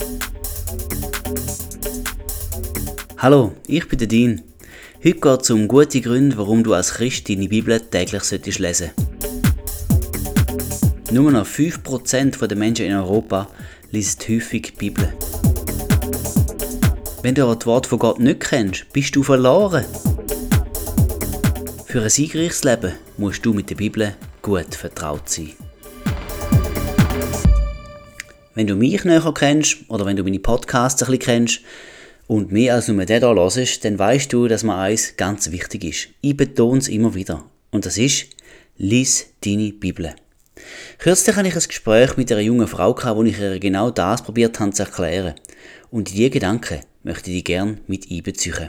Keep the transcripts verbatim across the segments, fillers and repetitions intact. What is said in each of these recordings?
Hallo, ich bin der Dean. Heute geht es um gute Gründe, warum du als Christ deine Bibel täglich solltest lesen. Nur noch fünf Prozent der Menschen in Europa lesen häufig die Bibel. Wenn du aber das Wort von Gott nicht kennst, bist du verloren. Für ein siegreiches Leben musst du mit der Bibel gut vertraut sein. Wenn du mich näher kennst oder wenn du meine Podcasts ein bisschen kennst und mehr als nur den hier hörst, dann weißt du, dass mir eins ganz wichtig ist. Ich betone es immer wieder. Und das ist, lies deine Bibel. Kürzlich hatte ich ein Gespräch mit einer jungen Frau, wo ich ihr genau das probiert habe zu erklären. Und in diese Gedanken möchte ich dich gerne mit einbeziehen.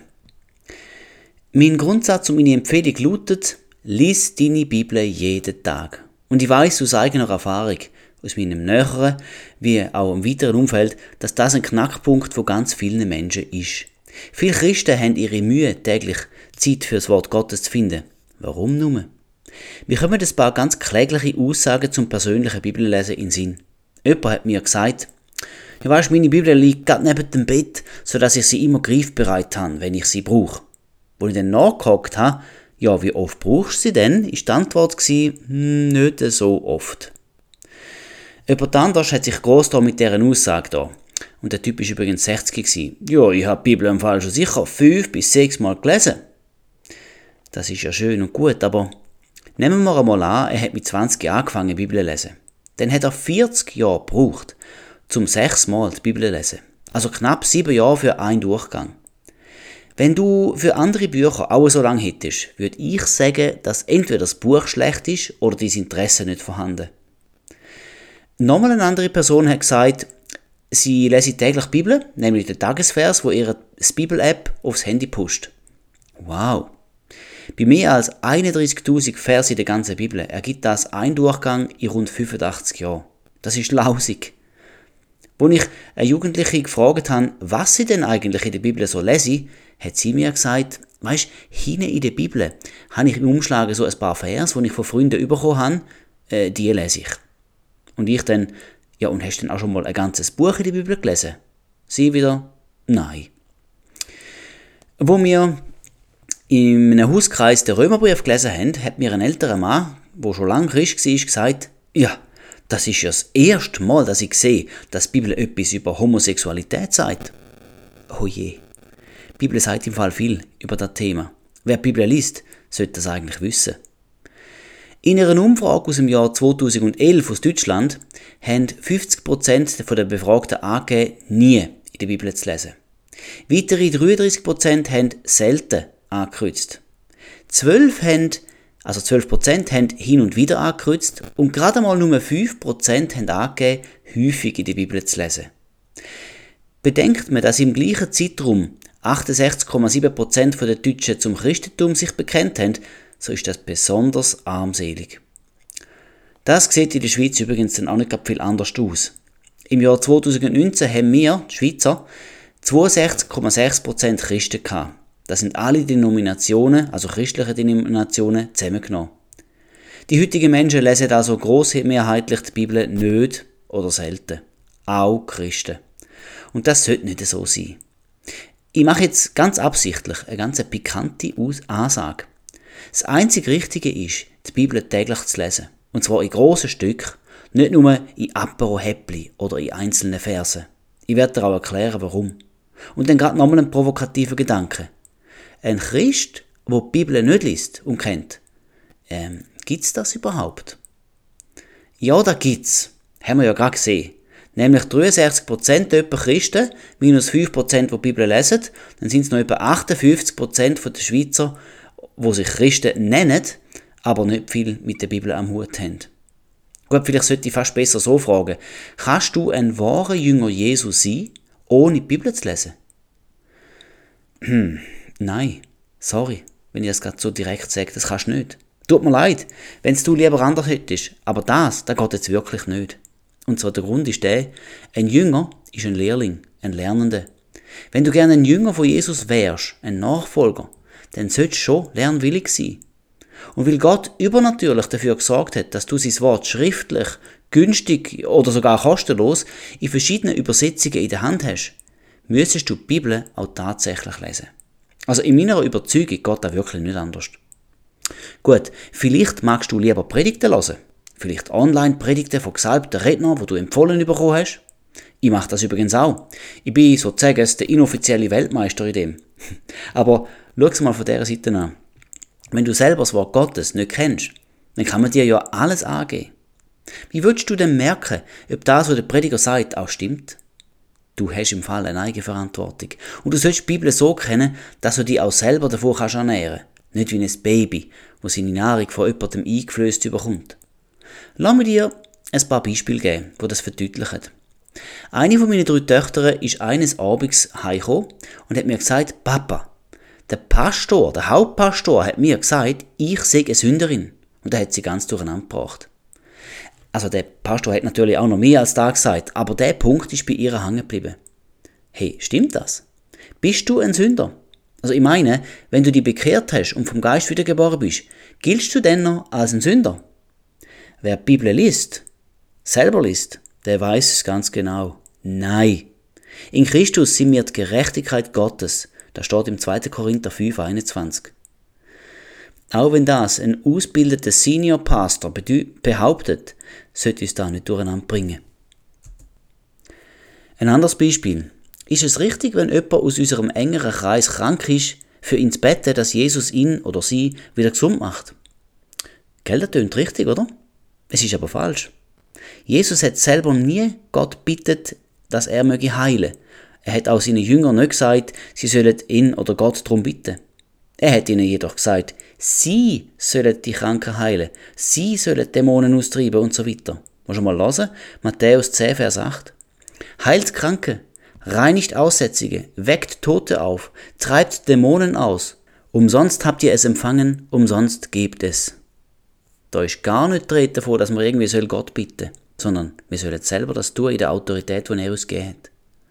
Mein Grundsatz und meine Empfehlung lautet, lies deine Bibel jeden Tag. Und ich weiss aus eigener Erfahrung, aus meinem näheren wie auch im weiteren Umfeld, dass das ein Knackpunkt von ganz vielen Menschen ist. Viele Christen haben ihre Mühe, täglich Zeit für das Wort Gottes zu finden. Warum nur? Wir kommen ein paar ganz klägliche Aussagen zum persönlichen Bibellesen in den Sinn. Jemand hat mir gesagt, ja weisst, meine Bibel liegt gerade neben dem Bett, sodass ich sie immer griffbereit habe, wenn ich sie brauche. Als ich dann nachgehakt habe, ja, wie oft brauchst du sie denn? Ist die Antwort gewesen, hm, nicht so oft. Jemand anders hat sich gross da mit dieser Aussage da. Und der Typ war übrigens sechzig gewesen. Ja, ich habe die Bibel im Fall schon sicher fünf bis sechs Mal gelesen. Das ist ja schön und gut, aber nehmen wir einmal an, er hat mit zwanzig Jahren angefangen, die Bibel zu lesen. Dann hat er vierzig Jahre gebraucht, um sechs Mal die Bibel zu lesen. Also knapp sieben Jahre für einen Durchgang. Wenn du für andere Bücher auch so lange hättest, würde ich sagen, dass entweder das Buch schlecht ist oder dein Interesse nicht vorhanden. Nochmal eine andere Person hat gesagt, sie lese täglich die Bibel, nämlich den Tagesvers, wo ihre Bibel-App aufs Handy pusht. Wow! Bei mehr als einunddreißigtausend Verse in der ganzen Bibel ergibt das einen Durchgang in rund fünfundachtzig Jahren. Das ist lausig. Als ich eine Jugendliche gefragt habe, was sie denn eigentlich in der Bibel so lese, hat sie mir gesagt, weisst, hinten in der Bibel habe ich im Umschlag so ein paar Verse, die ich von Freunden bekommen habe, äh, die lese ich. Und ich dann, ja, und hast du denn auch schon mal ein ganzes Buch in der Bibel gelesen? Sie wieder, nein. Wo wir in einem Hauskreis den Römerbrief gelesen haben, hat mir ein älterer Mann, der schon lange Christ war, gesagt, ja, das ist ja das erste Mal, dass ich sehe, dass die Bibel etwas über Homosexualität sagt. Oh je. Die Bibel sagt im Fall viel über das Thema. Wer die Bibel liest, sollte das eigentlich wissen. In einer Umfrage aus dem Jahr zweitausendelf aus Deutschland haben fünfzig Prozent der Befragten angegeben, nie in der Bibel zu lesen. Weitere dreiunddreißig Prozent haben selten angekreuzt. zwölf haben, also zwölf Prozent haben hin und wieder angekreuzt und gerade mal nur fünf Prozent haben angegeben, häufig in der Bibel zu lesen. Bedenkt man, dass im gleichen Zeitraum achtundsechzig Komma sieben Prozent der Deutschen zum Christentum sich bekennt haben, so ist das besonders armselig. Das sieht in der Schweiz übrigens dann auch nicht viel anders aus. Im Jahr zweitausendneunzehn haben wir, die Schweizer, zweiundsechzig Komma sechs Prozent Christen gehabt. Das sind alle Denominationen, also christliche Denominationen, zusammengenommen. Die heutigen Menschen lesen also grossmehrheitlich die Bibel nicht oder selten. Auch Christen. Und das sollte nicht so sein. Ich mache jetzt ganz absichtlich eine ganz pikante Ansage. Das einzig Richtige ist, die Bibel täglich zu lesen. Und zwar in grossen Stücken, nicht nur in Apero-Häppli oder in einzelnen Versen. Ich werde dir auch erklären, warum. Und dann gerade nochmal einen provokativen Gedanken. Ein Christ, der die Bibel nicht liest und kennt, ähm, gibt es das überhaupt? Ja, da gibt's. Haben wir ja gerade gesehen. Nämlich dreiundsechzig Prozent etwa Christen, minus fünf Prozent, die die Bibel lesen, dann sind es noch etwa achtundfünfzig Prozent der Schweizer, die sich Christen nennen, aber nicht viel mit der Bibel am Hut haben. Gut, vielleicht sollte ich fast besser so fragen. Kannst du ein wahrer Jünger Jesu sein, ohne die Bibel zu lesen? Hm, nein, sorry, wenn ich das gerade so direkt sage, das kannst du nicht. Tut mir leid, wenn es du lieber anders hättest, aber das, das geht jetzt wirklich nicht. Und zwar der Grund ist der, ein Jünger ist ein Lehrling, ein Lernender. Wenn du gerne ein Jünger von Jesus wärst, ein Nachfolger, dann solltest du schon lernwillig sein. Und weil Gott übernatürlich dafür gesorgt hat, dass du sein Wort schriftlich günstig oder sogar kostenlos in verschiedenen Übersetzungen in der Hand hast, müsstest du die Bibel auch tatsächlich lesen. Also in meiner Überzeugung geht das wirklich nicht anders. Gut, vielleicht magst du lieber Predigten hören. Vielleicht Online-Predigten von gesalbten Rednern, die du empfohlen bekommen hast. Ich mache das übrigens auch. Ich bin sozusagen der inoffizielle Weltmeister in dem. Aber schau es mal von dieser Seite an. Wenn du selber das Wort Gottes nicht kennst, dann kann man dir ja alles angeben. Wie würdest du denn merken, ob das, was der Prediger sagt, auch stimmt? Du hast im Fall eine Eigenverantwortung. Und du sollst die Bibel so kennen, dass du dich auch selber davon kannst ernähren kannst. Nicht wie ein Baby, das seine Nahrung von jemandem eingeflößt bekommt. Lass mir dir ein paar Beispiele geben, die das verdeutlichen. Eine von meinen drei Töchtern ist eines Abends heimgekommen und hat mir gesagt, Papa, der Pastor, der Hauptpastor hat mir gesagt, ich sei eine Sünderin. Und er hat sie ganz durcheinander gebracht. Also der Pastor hat natürlich auch noch mehr als das gesagt, aber der Punkt ist bei ihr hängen geblieben. Hey, stimmt das? Bist du ein Sünder? Also ich meine, wenn du dich bekehrt hast und vom Geist wiedergeboren bist, giltst du denn noch als ein Sünder? Wer die Bibel liest, selber liest, der weiß es ganz genau. Nein. In Christus sind wir die Gerechtigkeit Gottes. Das steht im zweiten Korinther fünf, einundzwanzig. Auch wenn das ein ausgebildeter Senior Pastor behauptet, sollte uns da nicht durcheinander bringen. Ein anderes Beispiel. Ist es richtig, wenn jemand aus unserem engeren Kreis krank ist, für ihn zu beten, dass Jesus ihn oder sie wieder gesund macht? Gell, das klingt richtig, oder? Es ist aber falsch. Jesus hat selber nie Gott bittet, dass er möge heilen. Er hat auch seinen Jüngern nicht gesagt, sie sollen ihn oder Gott darum bitten. Er hat ihnen jedoch gesagt, sie sollen die Kranken heilen, sie sollen Dämonen austreiben und so weiter. Musst du mal hören? Matthäus zehn, Vers acht. Heilt Kranke, reinigt Aussätzige, weckt Tote auf, treibt Dämonen aus. Umsonst habt ihr es empfangen, umsonst gebt es. Da ist gar nicht die Rede davon, dass wir irgendwie Gott bitten sollen, sondern wir sollen selber das tun in der Autorität, die er uns gegeben hat.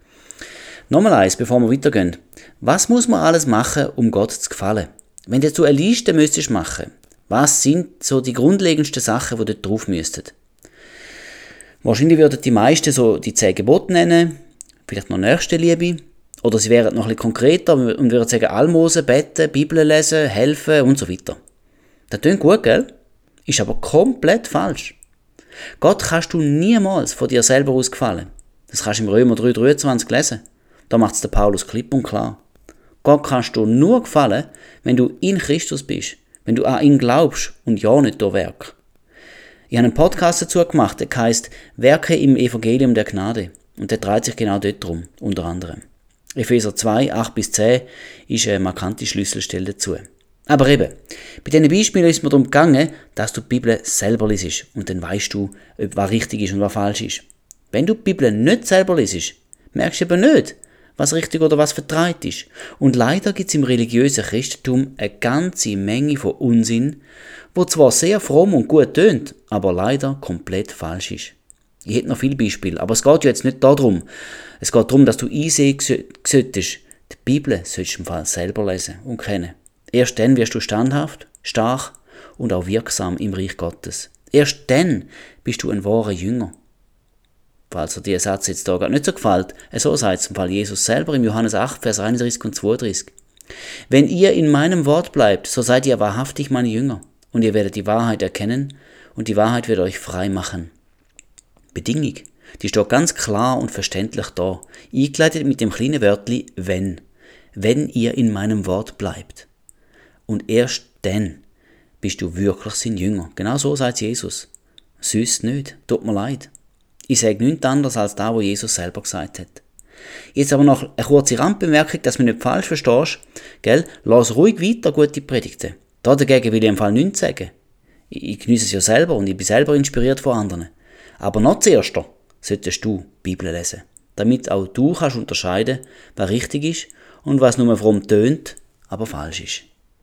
Nochmal eins, bevor wir weitergehen. Was muss man alles machen, um Gott zu gefallen? Wenn du jetzt so eine Liste müsstest machen, was sind so die grundlegendsten Sachen, die dort drauf müssten? Wahrscheinlich würden die meisten so die zehn Gebote nennen, vielleicht noch Nächstenliebe, oder sie wären noch ein bisschen konkreter und würden sagen Almosen, beten, Bibel lesen, helfen und so weiter. Das klingt gut, gell? Ist aber komplett falsch. Gott kannst du niemals von dir selber aus gefallen. Das kannst du im Römer drei, dreiundzwanzig lesen. Da macht es der Paulus klipp und klar. Gott kannst du nur gefallen, wenn du in Christus bist, wenn du an ihn glaubst und ja nicht durch Werk. Ich habe einen Podcast dazu gemacht, der heisst Werke im Evangelium der Gnade. Und der dreht sich genau dort drum, unter anderem. Epheser zwei, acht bis zehn ist eine markante Schlüsselstelle dazu. Aber eben, bei diesen Beispielen ist es mir darum gegangen, dass du die Bibel selber liest und dann weißt du, ob was richtig ist und was falsch ist. Wenn du die Bibel nicht selber liest, merkst du eben nicht, was richtig oder was vertreibt ist. Und leider gibt es im religiösen Christentum eine ganze Menge von Unsinn, wo zwar sehr fromm und gut tönt, aber leider komplett falsch ist. Ich hätte noch viele Beispiele, aber es geht ja jetzt nicht darum. Es geht darum, dass du einsehen solltest, die Bibel solltest du im Fall selber lesen und kennen. Erst dann wirst du standhaft, stark und auch wirksam im Reich Gottes. Erst dann bist du ein wahrer Jünger. Falls dir dieser Satz jetzt da gar nicht so gefällt, so sagt es im Fall Jesus selber im Johannes acht, Vers einunddreißig und zweiunddreißig. Wenn ihr in meinem Wort bleibt, so seid ihr wahrhaftig meine Jünger, und ihr werdet die Wahrheit erkennen, und die Wahrheit wird euch frei machen. Bedingung, die steht ganz klar und verständlich da, eingeleitet mit dem kleinen Wörtli wenn. Wenn ihr in meinem Wort bleibt. Und erst dann bist du wirklich sein Jünger. Genau so sagt Jesus. Sonst nicht. Tut mir leid. Ich sage nichts anderes als das, was Jesus selber gesagt hat. Jetzt aber noch eine kurze Randbemerkung, dass du mich nicht falsch verstehst. Gell? Lass ruhig weiter gute Predigten. Da dagegen will ich im Fall nichts sagen. Ich, ich genieße es ja selber und ich bin selber inspiriert von anderen. Aber noch zuerst solltest du die Bibel lesen. Damit auch du kannst unterscheiden, was richtig ist und was nur fromm tönt, aber falsch ist.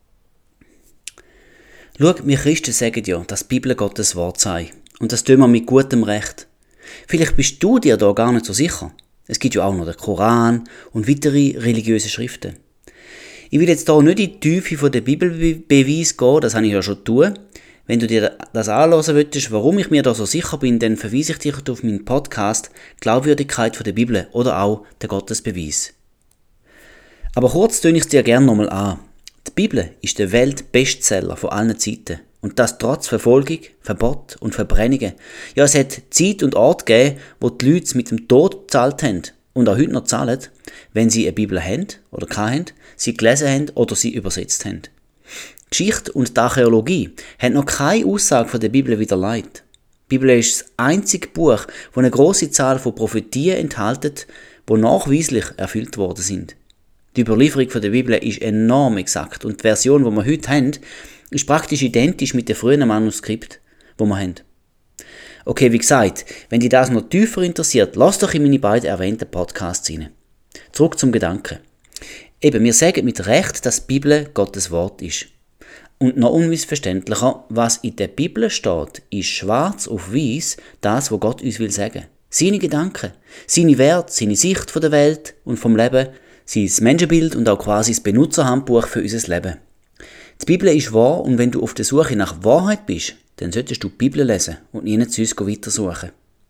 Schau, wir Christen sagen ja, dass die Bibel Gottes Wort sei. Und das tun wir mit gutem Recht. Vielleicht bist du dir da gar nicht so sicher. Es gibt ja auch noch den Koran und weitere religiöse Schriften. Ich will jetzt hier nicht in die Tiefe von der Bibelbeweis gehen, das habe ich ja schon getan. Wenn du dir das anhören willst, warum ich mir da so sicher bin, dann verweise ich dich auf meinen Podcast Glaubwürdigkeit der Bibel oder auch der Gottesbeweis. Aber kurz töne ich es dir gerne nochmal an. Die Bibel ist der Weltbestseller von allen Zeiten. Und das trotz Verfolgung, Verbot und Verbrennungen. Ja, es hat Zeit und Ort gegeben, wo die Leute mit dem Tod gezahlt haben und auch heute noch zahlen, wenn sie eine Bibel haben oder hatten, sie gelesen haben oder sie übersetzt haben. Geschichte und die Archäologie haben noch keine Aussage von der Bibel widerlegt. Die Bibel ist das einzige Buch, das eine grosse Zahl von Prophetien enthält, die nachweislich erfüllt worden sind. Die Überlieferung von der Bibel ist enorm exakt und die Version, die wir heute haben, ist praktisch identisch mit den frühen Manuskripten, die wir haben. Okay, wie gesagt, wenn dich das noch tiefer interessiert, lass doch in meine beiden erwähnten Podcasts rein. Zurück zum Gedanken. Eben, wir sagen mit Recht, dass die Bibel Gottes Wort ist. Und noch unmissverständlicher, was in der Bibel steht, ist schwarz auf weiß das, was Gott uns will sagen. Seine Gedanken, seine Werte, seine Sicht von der Welt und vom Leben, sein Menschenbild und auch quasi das Benutzerhandbuch für unser Leben. Die Bibel ist wahr und wenn du auf der Suche nach Wahrheit bist, dann solltest du die Bibel lesen und nie sonst weitersuchen.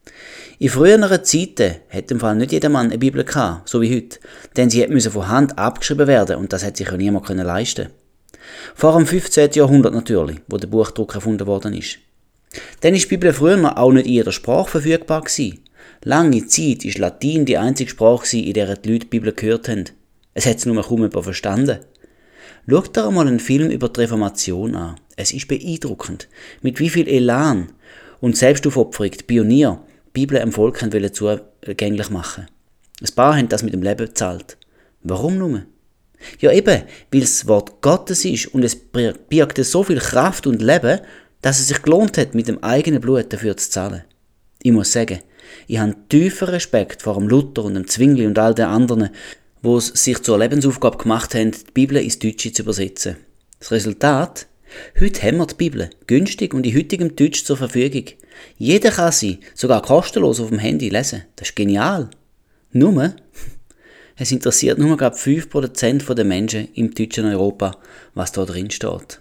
In früheren Zeiten hat im Fall nicht jedermann eine Bibel gehabt, so wie heute, denn sie musste von Hand abgeschrieben werden und das hat sich ja niemand leisten können. Vor dem fünfzehnten Jahrhundert natürlich, wo der Buchdruck erfunden worden ist. Dann ist die Bibel früher auch nicht in jeder Sprache verfügbar gewesen. Lange Zeit war Latein die einzige Sprache, in der die Leute die Bibel gehört haben. Es hat es nur kaum jemand verstanden. Schau dir einmal einen Film über die Reformation an. Es ist beeindruckend, mit wie viel Elan und Selbstaufopferung die Pionier die Bibel dem Volk zugänglich machen. Ein paar haben das mit dem Leben bezahlt. Warum nur? Ja eben, weil es das Wort Gottes ist und es birgt so viel Kraft und Leben, dass es sich gelohnt hat, mit dem eigenen Blut dafür zu zahlen. Ich muss sagen, ich habe tiefen Respekt vor dem Luther und dem Zwingli und all den anderen, die es sich zur Lebensaufgabe gemacht haben, die Bibel ins Deutsche zu übersetzen. Das Resultat? Heute haben wir die Bibel günstig und in heutigem Deutsch zur Verfügung. Jeder kann sie, sogar kostenlos auf dem Handy, lesen. Das ist genial. Nur, es interessiert nur gerade fünf Prozent der Menschen im deutschen Europa, was da drin steht.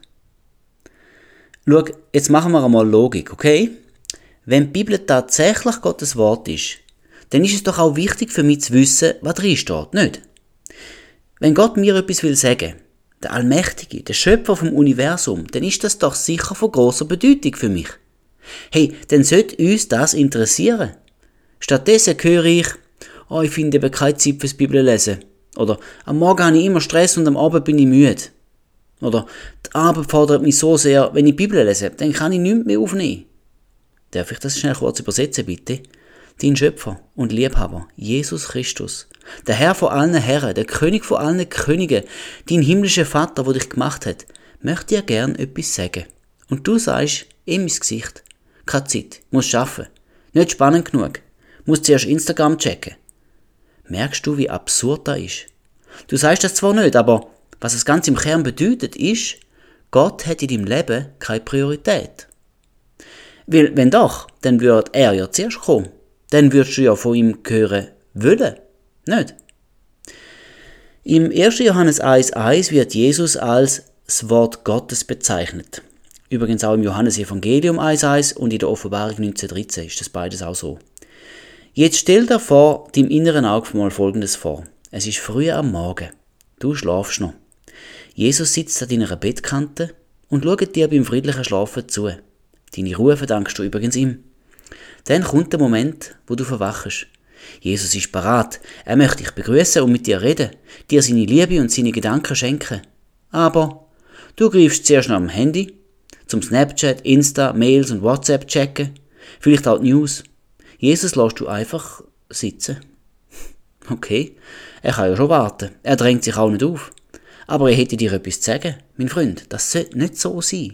Schau, jetzt machen wir einmal Logik, okay? Wenn die Bibel tatsächlich Gottes Wort ist, dann ist es doch auch wichtig für mich zu wissen, was drin steht, nicht? Wenn Gott mir etwas will sagen, der Allmächtige, der Schöpfer vom Universum, dann ist das doch sicher von grosser Bedeutung für mich. Hey, dann sollte uns das interessieren. Stattdessen höre ich, oh, ich finde eben keine Zeit fürs Bibellesen. Oder am Morgen habe ich immer Stress und am Abend bin ich müde. Oder die Arbeit fordert mich so sehr, wenn ich die Bibel lese, dann kann ich nichts mehr aufnehmen. Darf ich das schnell kurz übersetzen, bitte? Dein Schöpfer und Liebhaber, Jesus Christus, der Herr von allen Herren, der König von allen Königen, dein himmlischer Vater, der dich gemacht hat, möchte dir gern etwas sagen. Und du sagst ihm ins Gesicht, keine Zeit, muss arbeiten, nicht spannend genug, muss zuerst Instagram checken. Merkst du, wie absurd das ist? Du sagst das zwar nicht, aber was es ganz im Kern bedeutet, ist, Gott hat in deinem Leben keine Priorität. Weil, wenn doch, dann würde er ja zuerst kommen. Dann würdest du ja von ihm hören wollen, nicht? Im ersten Johannes eins eins wird Jesus als das Wort Gottes bezeichnet. Übrigens auch im Johannes-Evangelium eins eins und in der Offenbarung neunzehn dreizehn ist das beides auch so. Jetzt stell dir vor, deinem inneren Auge mal Folgendes vor. Es ist früh am Morgen. Du schlafst noch. Jesus sitzt an deiner Bettkante und schaut dir beim friedlichen Schlafen zu. Deine Ruhe verdankst du übrigens ihm. Dann kommt der Moment, wo du verwachst. Jesus ist parat. Er möchte dich begrüßen und mit dir reden, dir seine Liebe und seine Gedanken schenken. Aber du greifst zuerst nach dem Handy, zum Snapchat, Insta, Mails und WhatsApp checken, vielleicht auch die News. Jesus lässt du einfach sitzen. Okay, er kann ja schon warten. Er drängt sich auch nicht auf. Aber er hätte dir etwas zu sagen, mein Freund. Das sollte nicht so sein.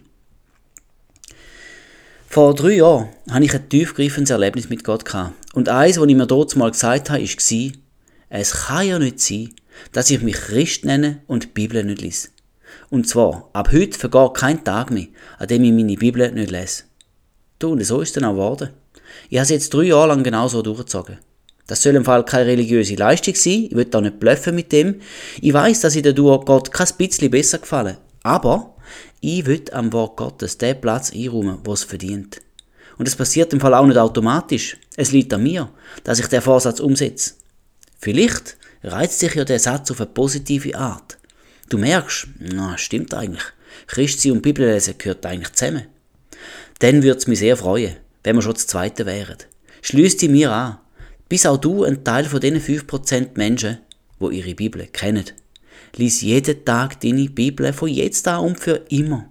Vor drei Jahren hatte ich ein tiefgreifendes Erlebnis mit Gott gehabt. Und eins, was ich mir dort mal gesagt habe, war, es kann ja nicht sein, dass ich mich Christ nenne und die Bibel nicht lese. Und zwar, ab heute vergeht kein Tag mehr, an dem ich meine Bibel nicht lese. Du, und so ist es dann auch geworden. Ich habe es jetzt drei Jahre lang genau so durchgezogen. Das soll im Fall keine religiöse Leistung sein, ich will da nicht bluffen mit dem. Ich weiss, dass ich dadurch Gott kein bisschen besser gefallen. Aber Ich will am Wort Gottes den Platz einräumen, wo es verdient. Und es passiert im Fall auch nicht automatisch. Es liegt an mir, dass ich den Vorsatz umsetze. Vielleicht reizt sich ja der Satz auf eine positive Art. Du merkst, na, stimmt eigentlich. Christsein und Bibellesen gehört eigentlich zusammen. Dann würde es mich sehr freuen, wenn wir schon das Zweite wären. Schliess dich mir an. Bist auch du ein Teil von diesen fünf Prozent Menschen, die ihre Bibel kennen. Lies jeden Tag deine Bibel von jetzt an und für immer.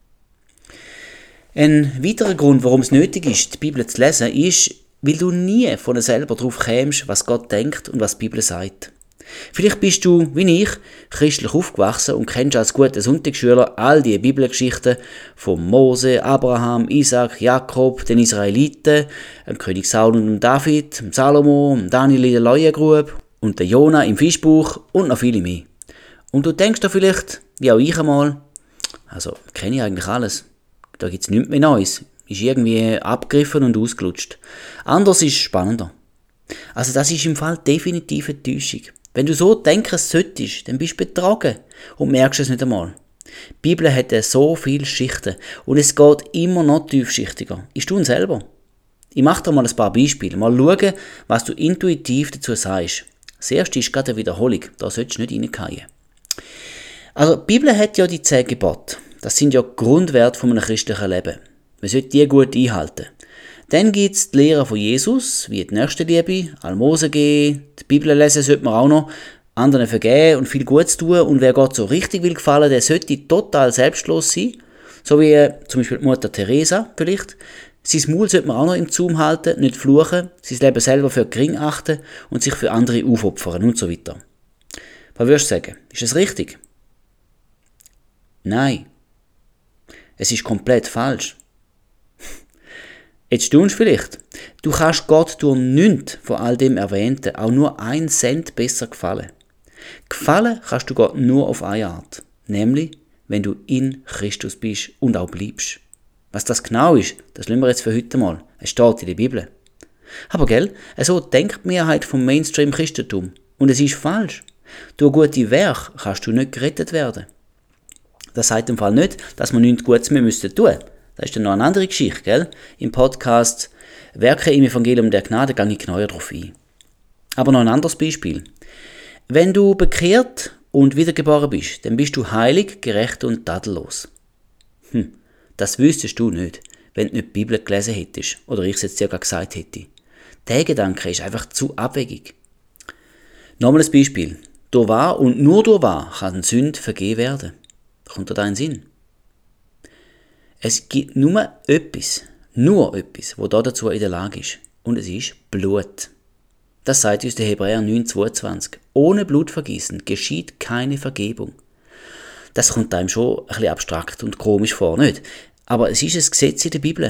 Ein weiterer Grund, warum es nötig ist, die Bibel zu lesen, ist, weil du nie von dir selber darauf kämst, was Gott denkt und was die Bibel sagt. Vielleicht bist du, wie ich, christlich aufgewachsen und kennst als guter Sonntagsschüler all die Bibelgeschichten von Mose, Abraham, Isaac, Jakob, den Israeliten, dem König Saul und David, dem Salomo, dem Daniel in der Leuengrube und der Jona im Fischbuch und noch viele mehr. Und du denkst da vielleicht, wie auch ich einmal, also kenne ich eigentlich alles. Da gibt es nichts mehr Neues. Ist irgendwie abgegriffen und ausgelutscht. Anders ist spannender. Also das ist im Fall definitiv eine Täuschung. Wenn du so denken solltest, dann bist du betrogen und merkst es nicht einmal. Die Bibel hat so viele Schichten und es geht immer noch tiefschichtiger. Ist du selber? Ich mache dir mal ein paar Beispiele. Mal schauen, was du intuitiv dazu sagst. Das erste ist gerade eine Wiederholung. Da solltest du nicht reingehen. Also die Bibel hat ja die zehn Gebote. Das sind ja Grundwerte von einem christlichen Leben. Man sollte die gut einhalten. Dann gibt es die Lehre von Jesus, wie die Nächstenliebe, Almosen geben, die Bibel lesen sollte man auch noch, anderen vergeben und viel Gutes tun. Und wer Gott so richtig will gefallen, der sollte total selbstlos sein. So wie äh, zum Beispiel die Mutter Teresa vielleicht. Sein Maul sollte man auch noch im Zaum halten, nicht fluchen, sein Leben selber für gering achten und sich für andere aufopfern und so weiter. Was würdest du sagen? Ist das richtig? Nein. Es ist komplett falsch. Jetzt staunst du vielleicht. Du kannst Gott durch nichts von all dem Erwähnten auch nur einen Cent besser gefallen. Gefallen kannst du Gott nur auf eine Art. Nämlich, wenn du in Christus bist und auch bleibst. Was das genau ist, das lassen wir jetzt für heute mal. Es steht in der Bibel. Aber gell, so denkt die Mehrheit vom Mainstream-Christentum. Und es ist falsch. Durch gute Werke kannst du nicht gerettet werden. Das sagt im Fall nicht, dass wir nichts Gutes mehr tun müssen. Das ist dann noch eine andere Geschichte, gell? Im Podcast Werke im Evangelium der Gnade gehe ich genauer darauf ein. Aber noch ein anderes Beispiel. Wenn du bekehrt und wiedergeboren bist, dann bist du heilig, gerecht und tadellos. Hm, das wüsstest du nicht, wenn du nicht die Bibel gelesen hättest oder ich es jetzt circa gesagt hätte. Der Gedanke ist einfach zu abwegig. Nochmal ein Beispiel. Durch wahr und nur durch wahr kann Sünde vergeben werden. Kommt dir da in den Sinn? Es gibt nur etwas, nur etwas, wo da dazu in der Lage ist. Und es ist Blut. Das sagt uns der Hebräer neun zweiundzwanzig. Ohne Blutvergießen geschieht keine Vergebung. Das kommt einem schon ein bisschen abstrakt und komisch vor, nicht? Aber es ist ein Gesetz in der Bibel.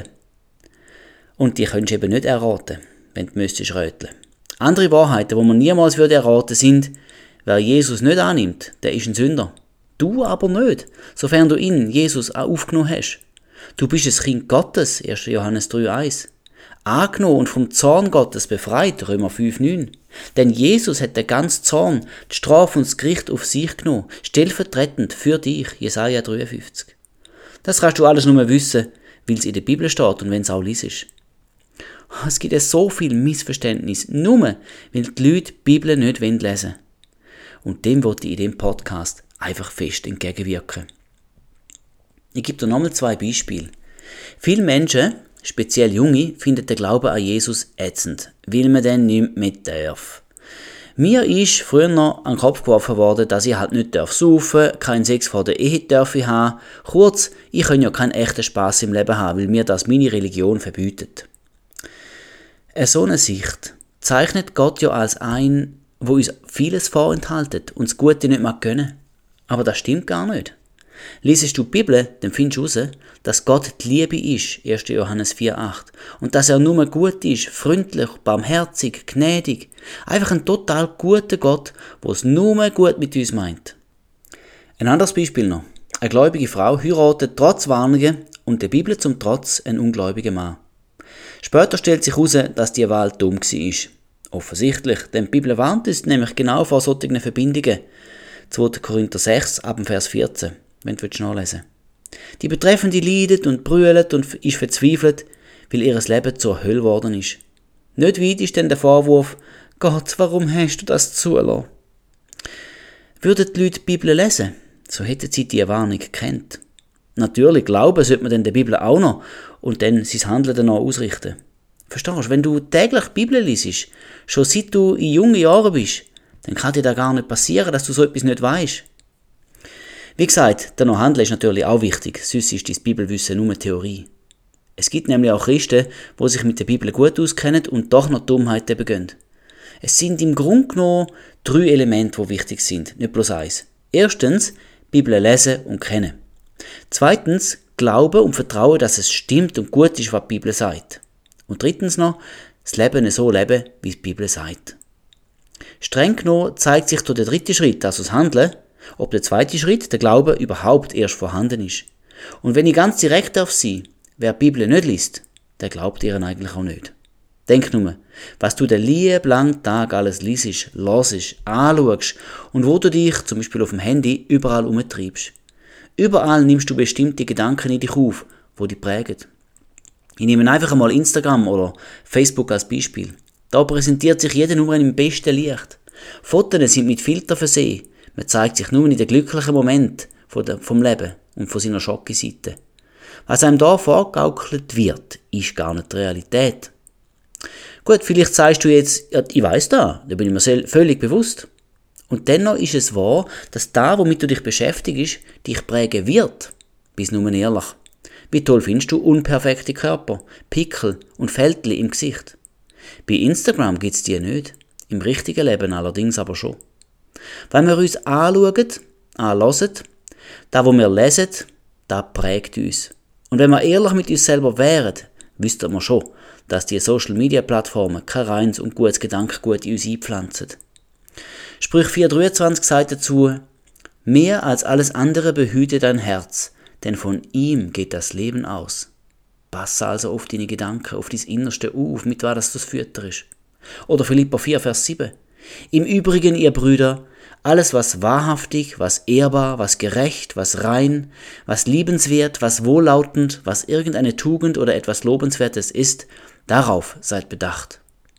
Und die könntest du eben nicht erraten, wenn du müsstest röteln. Andere Wahrheiten, die man niemals würde erraten, sind, wer Jesus nicht annimmt, der ist ein Sünder. Du aber nicht, sofern du ihn, Jesus, auch aufgenommen hast. Du bist ein Kind Gottes, erster Johannes drei eins. Angenommen und vom Zorn Gottes befreit, Römer fünf neun. Denn Jesus hat den ganzen Zorn, die Strafe und das Gericht auf sich genommen, stellvertretend für dich, Jesaja dreiundfünfzig. Das kannst du alles nur wissen, weil es in der Bibel steht und wenn es auch liest. Es gibt ja so viel Missverständnis, nur weil die Leute die Bibel nicht lesen wollen. Und dem wollte ich in diesem Podcast einfach fest entgegenwirken. Ich gebe dir nochmal zwei Beispiele. Viele Menschen, speziell Junge, finden den Glauben an Jesus ätzend, weil man den nicht mehr darf. Mir ist früher noch an den Kopf geworfen worden, dass ich halt nicht darf saufen, keinen Sex vor der Ehe darf ich haben. Kurz, ich kann ja keinen echten Spass im Leben haben, weil mir das meine Religion verbietet. Eine so eine Sicht zeichnet Gott ja als ein, wo uns vieles vorenthaltet und das Gute nicht mag gönnen. Aber das stimmt gar nicht. Liesest du die Bibel, dann findest du heraus, dass Gott die Liebe ist, erster Johannes vier acht. Und dass er nur gut ist, freundlich, barmherzig, gnädig. Einfach ein total guter Gott, der es nur gut mit uns meint. Ein anderes Beispiel noch. Eine gläubige Frau heiratet trotz Warnungen und der Bibel zum Trotz einen ungläubigen Mann. Später stellt sich heraus, dass die Wahl dumm war. Offensichtlich, denn die Bibel warnt uns nämlich genau vor solchen Verbindungen. zweiter Korinther sechs, ab Vers vierzehn, wenn du nachlesen willst. Die Betreffende leidet und brüllt und ist verzweifelt, weil ihr Leben zur Hölle geworden ist. Nicht weit ist dann der Vorwurf, Gott, warum hast du das zulassen? Würden die Leute die Bibel lesen, so hätten sie die Warnung gekannt. Natürlich, glauben sollte man dann der Bibel auch noch und dann sein Handeln danach ausrichten. Verstehst du, wenn du täglich die Bibel liest, schon seit du in jungen Jahren bist, dann kann dir das gar nicht passieren, dass du so etwas nicht weißt. Wie gesagt, danach handeln ist natürlich auch wichtig, sonst ist dein Bibelwissen nur Theorie. Es gibt nämlich auch Christen, die sich mit der Bibel gut auskennen und doch noch Dummheiten begehen. Es sind im Grunde genommen drei Elemente, die wichtig sind, nicht bloß eins. Erstens, Bibel lesen und kennen. Zweitens, glauben und vertrauen, dass es stimmt und gut ist, was die Bibel sagt. Und drittens noch, das Leben so leben, wie die Bibel sagt. Streng genommen zeigt sich durch den dritten Schritt, also das Handeln, ob der zweite Schritt, der Glaube, überhaupt erst vorhanden ist. Und wenn ich ganz direkt darf sein, wer die Bibel nicht liest, der glaubt ihren eigentlich auch nicht. Denk nur, was du den lieben langen Tag alles liest, hörst, anschaust und wo du dich, zum Beispiel auf dem Handy, überall umtreibst. Überall nimmst du bestimmte Gedanken in dich auf, die dich prägen. Ich nehme einfach einmal Instagram oder Facebook als Beispiel. Da präsentiert sich jeder nur im besten Licht. Fotos sind mit Filtern versehen. Man zeigt sich nur in den glücklichen Momenten vom Leben und von seiner Schocke-Seite. Was einem da vorgegaukelt wird, ist gar nicht die Realität. Gut, vielleicht sagst du jetzt, ja, ich weiss das, da bin ich mir völlig bewusst. Und dennoch ist es wahr, dass das, womit du dich beschäftigst, dich prägen wird. Bis nur ehrlich. Wie toll findest du unperfekte Körper, Pickel und Fältchen im Gesicht? Bei Instagram gibt es die nicht, im richtigen Leben allerdings aber schon. Wenn wir uns anschauen, anhören, das, was wir lesen, das prägt uns. Und wenn wir ehrlich mit uns selber wären, wüssten wir schon, dass die Social-Media-Plattformen kein reines und gutes Gedankengut in uns einpflanzen. Sprüche vier dreiundzwanzig sagt dazu, mehr als alles andere behüte dein Herz, denn von ihm geht das Leben aus. Passe also auf deine Gedanken, auf dein Innerste auf, mit was das fütterst. Oder Philipper vier, Vers sieben. Im Übrigen, ihr Brüder, alles was wahrhaftig, was ehrbar, was gerecht, was rein, was liebenswert, was wohllautend, was irgendeine Tugend oder etwas Lobenswertes ist, darauf seid bedacht.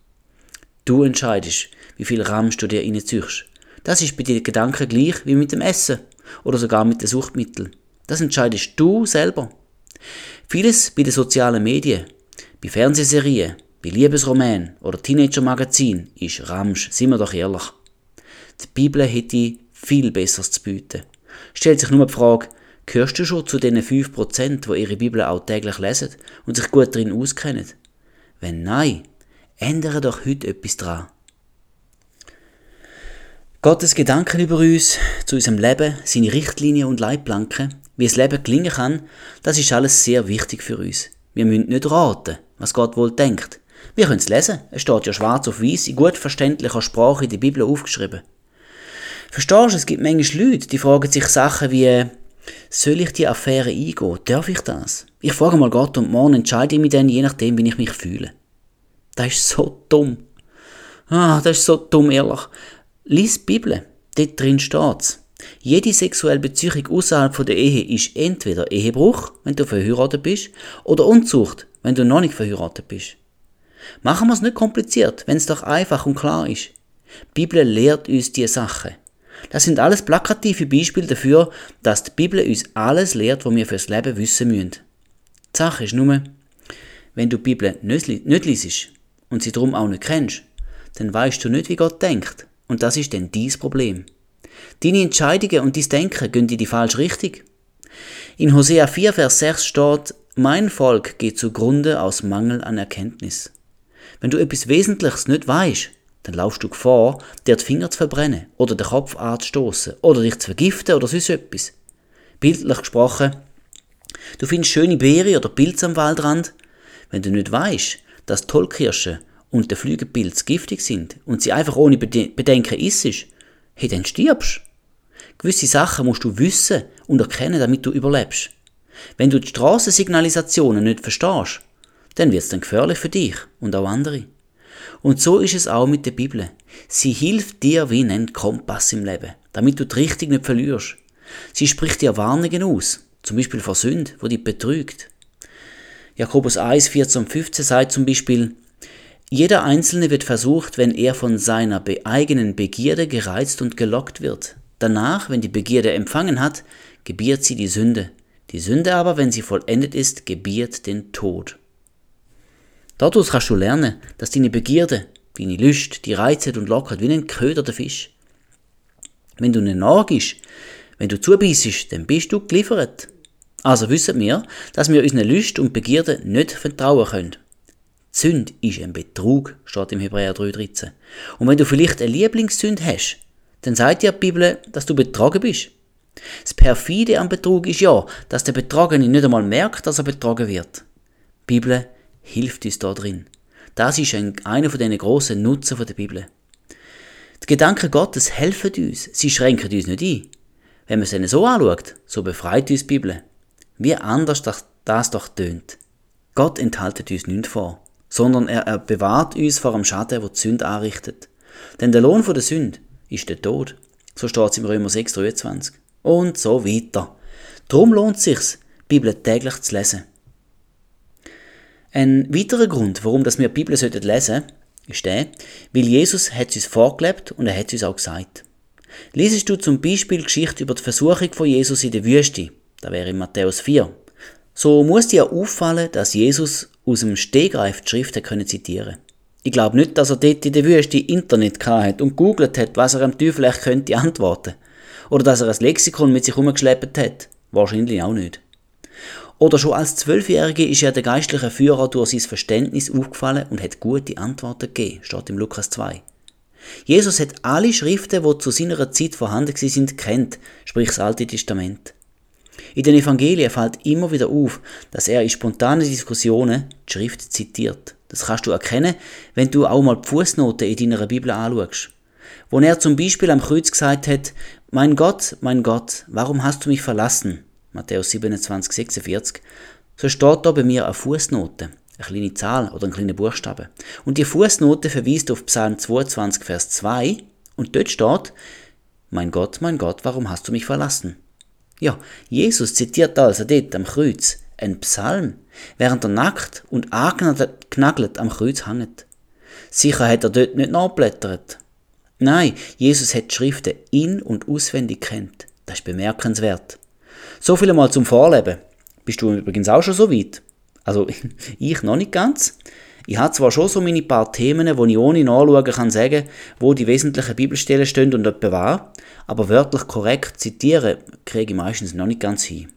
Du entscheidest, wie viel Ramsch du dir reinziehst. Das ist bei dir Gedanken gleich wie mit dem Essen oder sogar mit den Suchtmitteln. Das entscheidest du selber. Vieles bei den sozialen Medien, bei Fernsehserien, bei Liebesromanen oder Teenager-Magazinen ist Ramsch, sind wir doch ehrlich. Die Bibel hätte viel Besseres zu bieten. Stellt sich nur die Frage, gehörst du schon zu den fünf Prozent, die ihre Bibel auch täglich lesen und sich gut darin auskennen? Wenn nein, ändere doch heute etwas dran. Gottes Gedanken über uns, zu unserem Leben, seine Richtlinien und Leitplanken, wie das Leben gelingen kann, das ist alles sehr wichtig für uns. Wir müssen nicht raten, was Gott wohl denkt. Wir können es lesen, es steht ja schwarz auf weiß in gut verständlicher Sprache in der Bibel aufgeschrieben. Verstehst du, es gibt manchmal Leute, die fragen sich Sachen wie, soll ich die Affäre eingehen? Darf ich das? Ich frage mal Gott und morgen entscheide ich mich dann, je nachdem, wie ich mich fühle. Das ist so dumm. Ah, das ist so dumm, ehrlich. Lies die Bibel, dort drin steht's. Jede sexuelle Beziehung außerhalb der Ehe ist entweder Ehebruch, wenn du verheiratet bist, oder Unzucht, wenn du noch nicht verheiratet bist. Machen wir es nicht kompliziert, wenn es doch einfach und klar ist. Die Bibel lehrt uns diese Sachen. Das sind alles plakative Beispiele dafür, dass die Bibel uns alles lehrt, was wir fürs Leben wissen müssen. Die Sache ist nur, wenn du die Bibel nicht, nicht liest und sie darum auch nicht kennst, dann weißt du nicht, wie Gott denkt. Und das ist dann dein Problem. Deine Entscheidungen und dein Denken gehen in die falsche Richtung. In Hosea vier, Vers sechs steht, mein Volk geht zugrunde aus Mangel an Erkenntnis. Wenn du etwas Wesentliches nicht weißt, dann laufst du Gefahr, dir die Finger zu verbrennen oder den Kopf anzustossen oder dich zu vergiften oder sonst etwas. Bildlich gesprochen, du findest schöne Beeren oder Pilze am Waldrand. Wenn du nicht weißt, dass Tollkirsche und der Flügelpilz giftig sind und sie einfach ohne Bedenken isst, hey, dann stirbst. Gewisse Sachen musst du wissen und erkennen, damit du überlebst. Wenn du die Strassensignalisationen nicht verstehst, dann wird es dann gefährlich für dich und auch andere. Und so ist es auch mit der Bibel. Sie hilft dir wie ein Kompass im Leben, damit du die Richtung nicht verlierst. Sie spricht dir Warnungen aus, zum Beispiel vor Sünde, wo dich betrügt. Jakobus eins, vierzehn und fünfzehn sagt zum Beispiel, jeder Einzelne wird versucht, wenn er von seiner eigenen Begierde gereizt und gelockt wird. Danach, wenn die Begierde empfangen hat, gebiert sie die Sünde. Die Sünde aber, wenn sie vollendet ist, gebiert den Tod. Daraus kannst du lernen, dass deine Begierde, deine Lust, die reizet und lockert wie ein köderter Fisch. Wenn du nicht nachgibst, wenn du zubeissest, dann bist du geliefert. Also wissen wir, dass wir unseren Lust und Begierde nicht vertrauen können. Die Sünde ist ein Betrug, steht im Hebräer drei dreizehn. Und wenn du vielleicht eine Lieblingssünde hast, dann sagt dir die Bibel, dass du betrogen bist. Das Perfide am Betrug ist ja, dass der Betrogene nicht einmal merkt, dass er betrogen wird. Die Bibel hilft uns da drin. Das ist ein, einer von den grossen Nutzen der Bibel. Die Gedanken Gottes helfen uns, sie schränken uns nicht ein. Wenn man es ihnen so anschaut, so befreit uns die Bibel. Wie anders das doch tönt. Gott enthält uns nichts vor, sondern er, er bewahrt uns vor dem Schaden, der die Sünde anrichtet. Denn der Lohn der Sünde ist der Tod. So steht es im Römer sechs dreiundzwanzig. Und so weiter. Darum lohnt es sich, die Bibel täglich zu lesen. Ein weiterer Grund, warum wir die Bibel lesen sollten, ist der, weil Jesus hat es uns vorgelebt und er hat es uns auch gesagt. Liesest du zum Beispiel die Geschichte über die Versuchung von Jesus in der Wüste, das wäre in Matthäus vier, so muss dir auffallen, dass Jesus aus dem Stegreif die Schrift können zitieren. Ich glaube nicht, dass er dort in der Wüste Internet hatte und googelt hat, was er am Teufel echt könnte antworten. Oder dass er ein Lexikon mit sich herumgeschleppt hat. Wahrscheinlich auch nicht. Oder schon als Zwölfjährige ist er der geistliche Führer durch sein Verständnis aufgefallen und hat gute Antworten gegeben, steht im Lukas zwei. Jesus hat alle Schriften, die zu seiner Zeit vorhanden sind, kennt, sprich das Alte Testament. In den Evangelien fällt immer wieder auf, dass er in spontanen Diskussionen die Schrift zitiert. Das kannst du erkennen, wenn du auch mal die Fußnoten in deiner Bibel anschaust. Wo er zum Beispiel am Kreuz gesagt hat, mein Gott, mein Gott, warum hast du mich verlassen? Matthäus siebenundzwanzig, sechsundvierzig. So steht da bei mir eine Fußnote, eine kleine Zahl oder ein kleiner Buchstabe. Und die Fußnote verweist auf Psalm zweiundzwanzig, Vers zwei. Und dort steht, mein Gott, mein Gott, warum hast du mich verlassen? Ja, Jesus zitiert also dort am Kreuz einen Psalm, während er nackt und angeknackelt am Kreuz hängt. Sicher hat er dort nicht nachblättert. Nein, Jesus hat die Schriften in- und auswendig kennt. Das ist bemerkenswert. So viel einmal zum Vorleben. Bist du übrigens auch schon so weit? Also, ich noch nicht ganz. Ich habe zwar schon so meine paar Themen, wo ich ohne Nachschauen kann sagen, wo die wesentlichen Bibelstellen stehen und etwa wahr, aber wörtlich korrekt zitieren kriege ich meistens noch nicht ganz hin.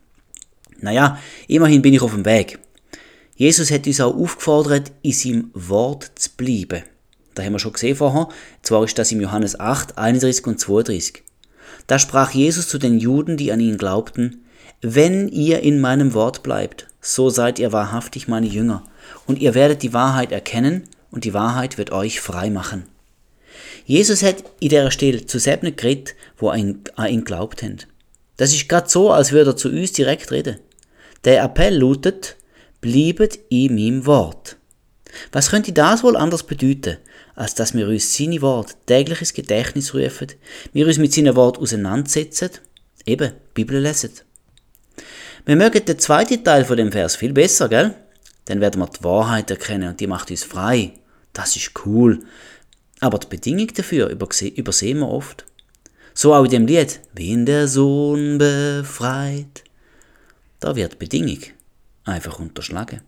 Naja, immerhin bin ich auf dem Weg. Jesus hat uns auch aufgefordert, in seinem Wort zu bleiben. Das haben wir schon gesehen vorher, zwar ist das im Johannes acht, einunddreißig und zweiunddreißig. Da sprach Jesus zu den Juden, die an ihn glaubten, wenn ihr in meinem Wort bleibt, so seid ihr wahrhaftig meine Jünger, und ihr werdet die Wahrheit erkennen, und die Wahrheit wird euch frei machen. Jesus hat in dieser Stelle zu selben geredet, wo an ihn glaubt haben. Das ist gerade so, als würde er zu uns direkt reden. Der Appell lautet, bleibet in meinem Wort. Was könnte das wohl anders bedeuten, als dass wir uns seine Worte täglich ins Gedächtnis rufen, wir uns mit seinen Worten auseinandersetzen, eben Bibel lesen. Wir mögen den zweiten Teil von dem Vers viel besser, gell? Dann werden wir die Wahrheit erkennen und die macht uns frei. Das ist cool. Aber die Bedingung dafür übersehen wir oft. So auch in dem Lied, wenn der Sohn befreit. Da wird die Bedingung einfach unterschlagen.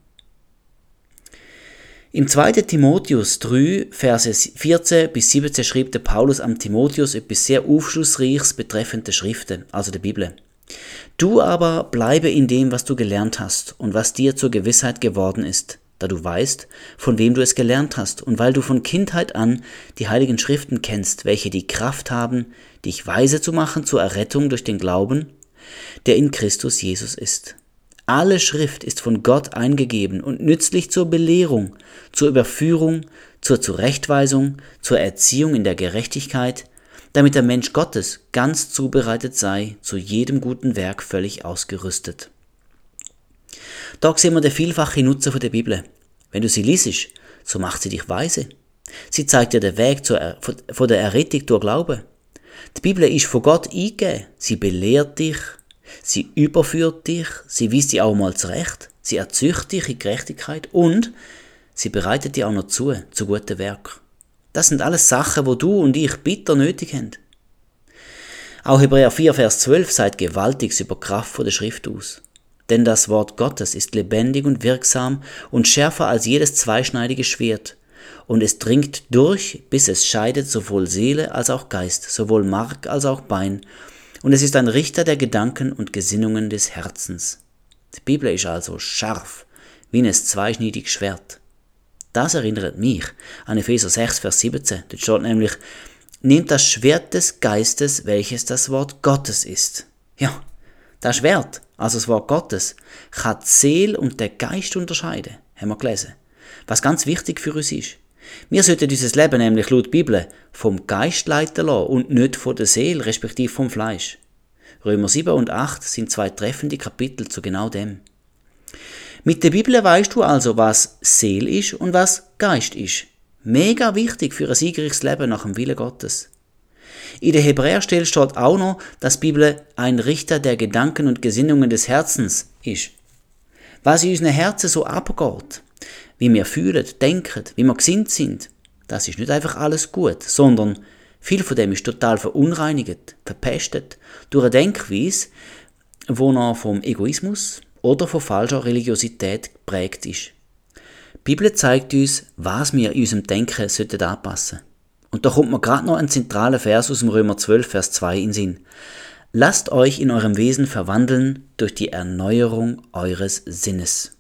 Im zweiten Timotheus drei, Verse vierzehn bis siebzehn schreibt der Paulus am Timotheus etwas sehr Aufschlussreiches betreffend der Schriften, also der Bibel. Du aber bleibe in dem, was du gelernt hast und was dir zur Gewissheit geworden ist, da du weißt, von wem du es gelernt hast und weil du von Kindheit an die heiligen Schriften kennst, welche die Kraft haben, dich weise zu machen zur Errettung durch den Glauben, der in Christus Jesus ist. Alle Schrift ist von Gott eingegeben und nützlich zur Belehrung, zur Überführung, zur Zurechtweisung, zur Erziehung in der Gerechtigkeit, damit der Mensch Gottes ganz zubereitet sei, zu jedem guten Werk völlig ausgerüstet. Da sehen wir den vielfachen Nutzen der Bibel. Wenn du sie liest, so macht sie dich weise. Sie zeigt dir den Weg zur er- von der Errettung durch Glauben. Die Bibel ist von Gott eingegeben. Sie belehrt dich. Sie überführt dich, sie weist dich auch mal zurecht, sie erzeugt dich in Gerechtigkeit und sie bereitet dich auch noch zu, zu guten Werken. Das sind alles Sachen, wo du und ich bitter nötig haben. Auch Hebräer vier, Vers zwölf sagt gewaltig über die Kraft der Schrift aus. Denn das Wort Gottes ist lebendig und wirksam und schärfer als jedes zweischneidige Schwert. Und es dringt durch, bis es scheidet sowohl Seele als auch Geist, sowohl Mark als auch Bein. Und es ist ein Richter der Gedanken und Gesinnungen des Herzens. Die Bibel ist also scharf, wie ein zweischneidiges Schwert. Das erinnert mich an Epheser sechs, Vers siebzehn. Dort steht nämlich, nehmt das Schwert des Geistes, welches das Wort Gottes ist. Ja, das Schwert, also das Wort Gottes, kann die Seele und den Geist unterscheiden, haben wir gelesen. Was ganz wichtig für uns ist. Wir sollten unser Leben nämlich laut Bibel vom Geist leiten lassen und nicht von der Seele, respektive vom Fleisch. Römer sieben und acht sind zwei treffende Kapitel zu genau dem. Mit der Bibel weißt du also, was Seele ist und was Geist ist. Mega wichtig für ein siegreiches Leben nach dem Willen Gottes. In der Hebräerstelle steht auch noch, dass die Bibel ein Richter der Gedanken und Gesinnungen des Herzens ist. Was in unseren Herzen so abgeht, wie wir fühlen, denken, wie wir gesinnt sind, das ist nicht einfach alles gut, sondern viel von dem ist total verunreinigt, verpestet, durch eine Denkweise, die noch vom Egoismus oder von falscher Religiosität geprägt ist. Die Bibel zeigt uns, was wir in unserem Denken sollten anpassen. Und da kommt mir gerade noch ein zentraler Vers aus dem Römer zwölf, Vers zwei in den Sinn. Lasst euch in eurem Wesen verwandeln durch die Erneuerung eures Sinnes.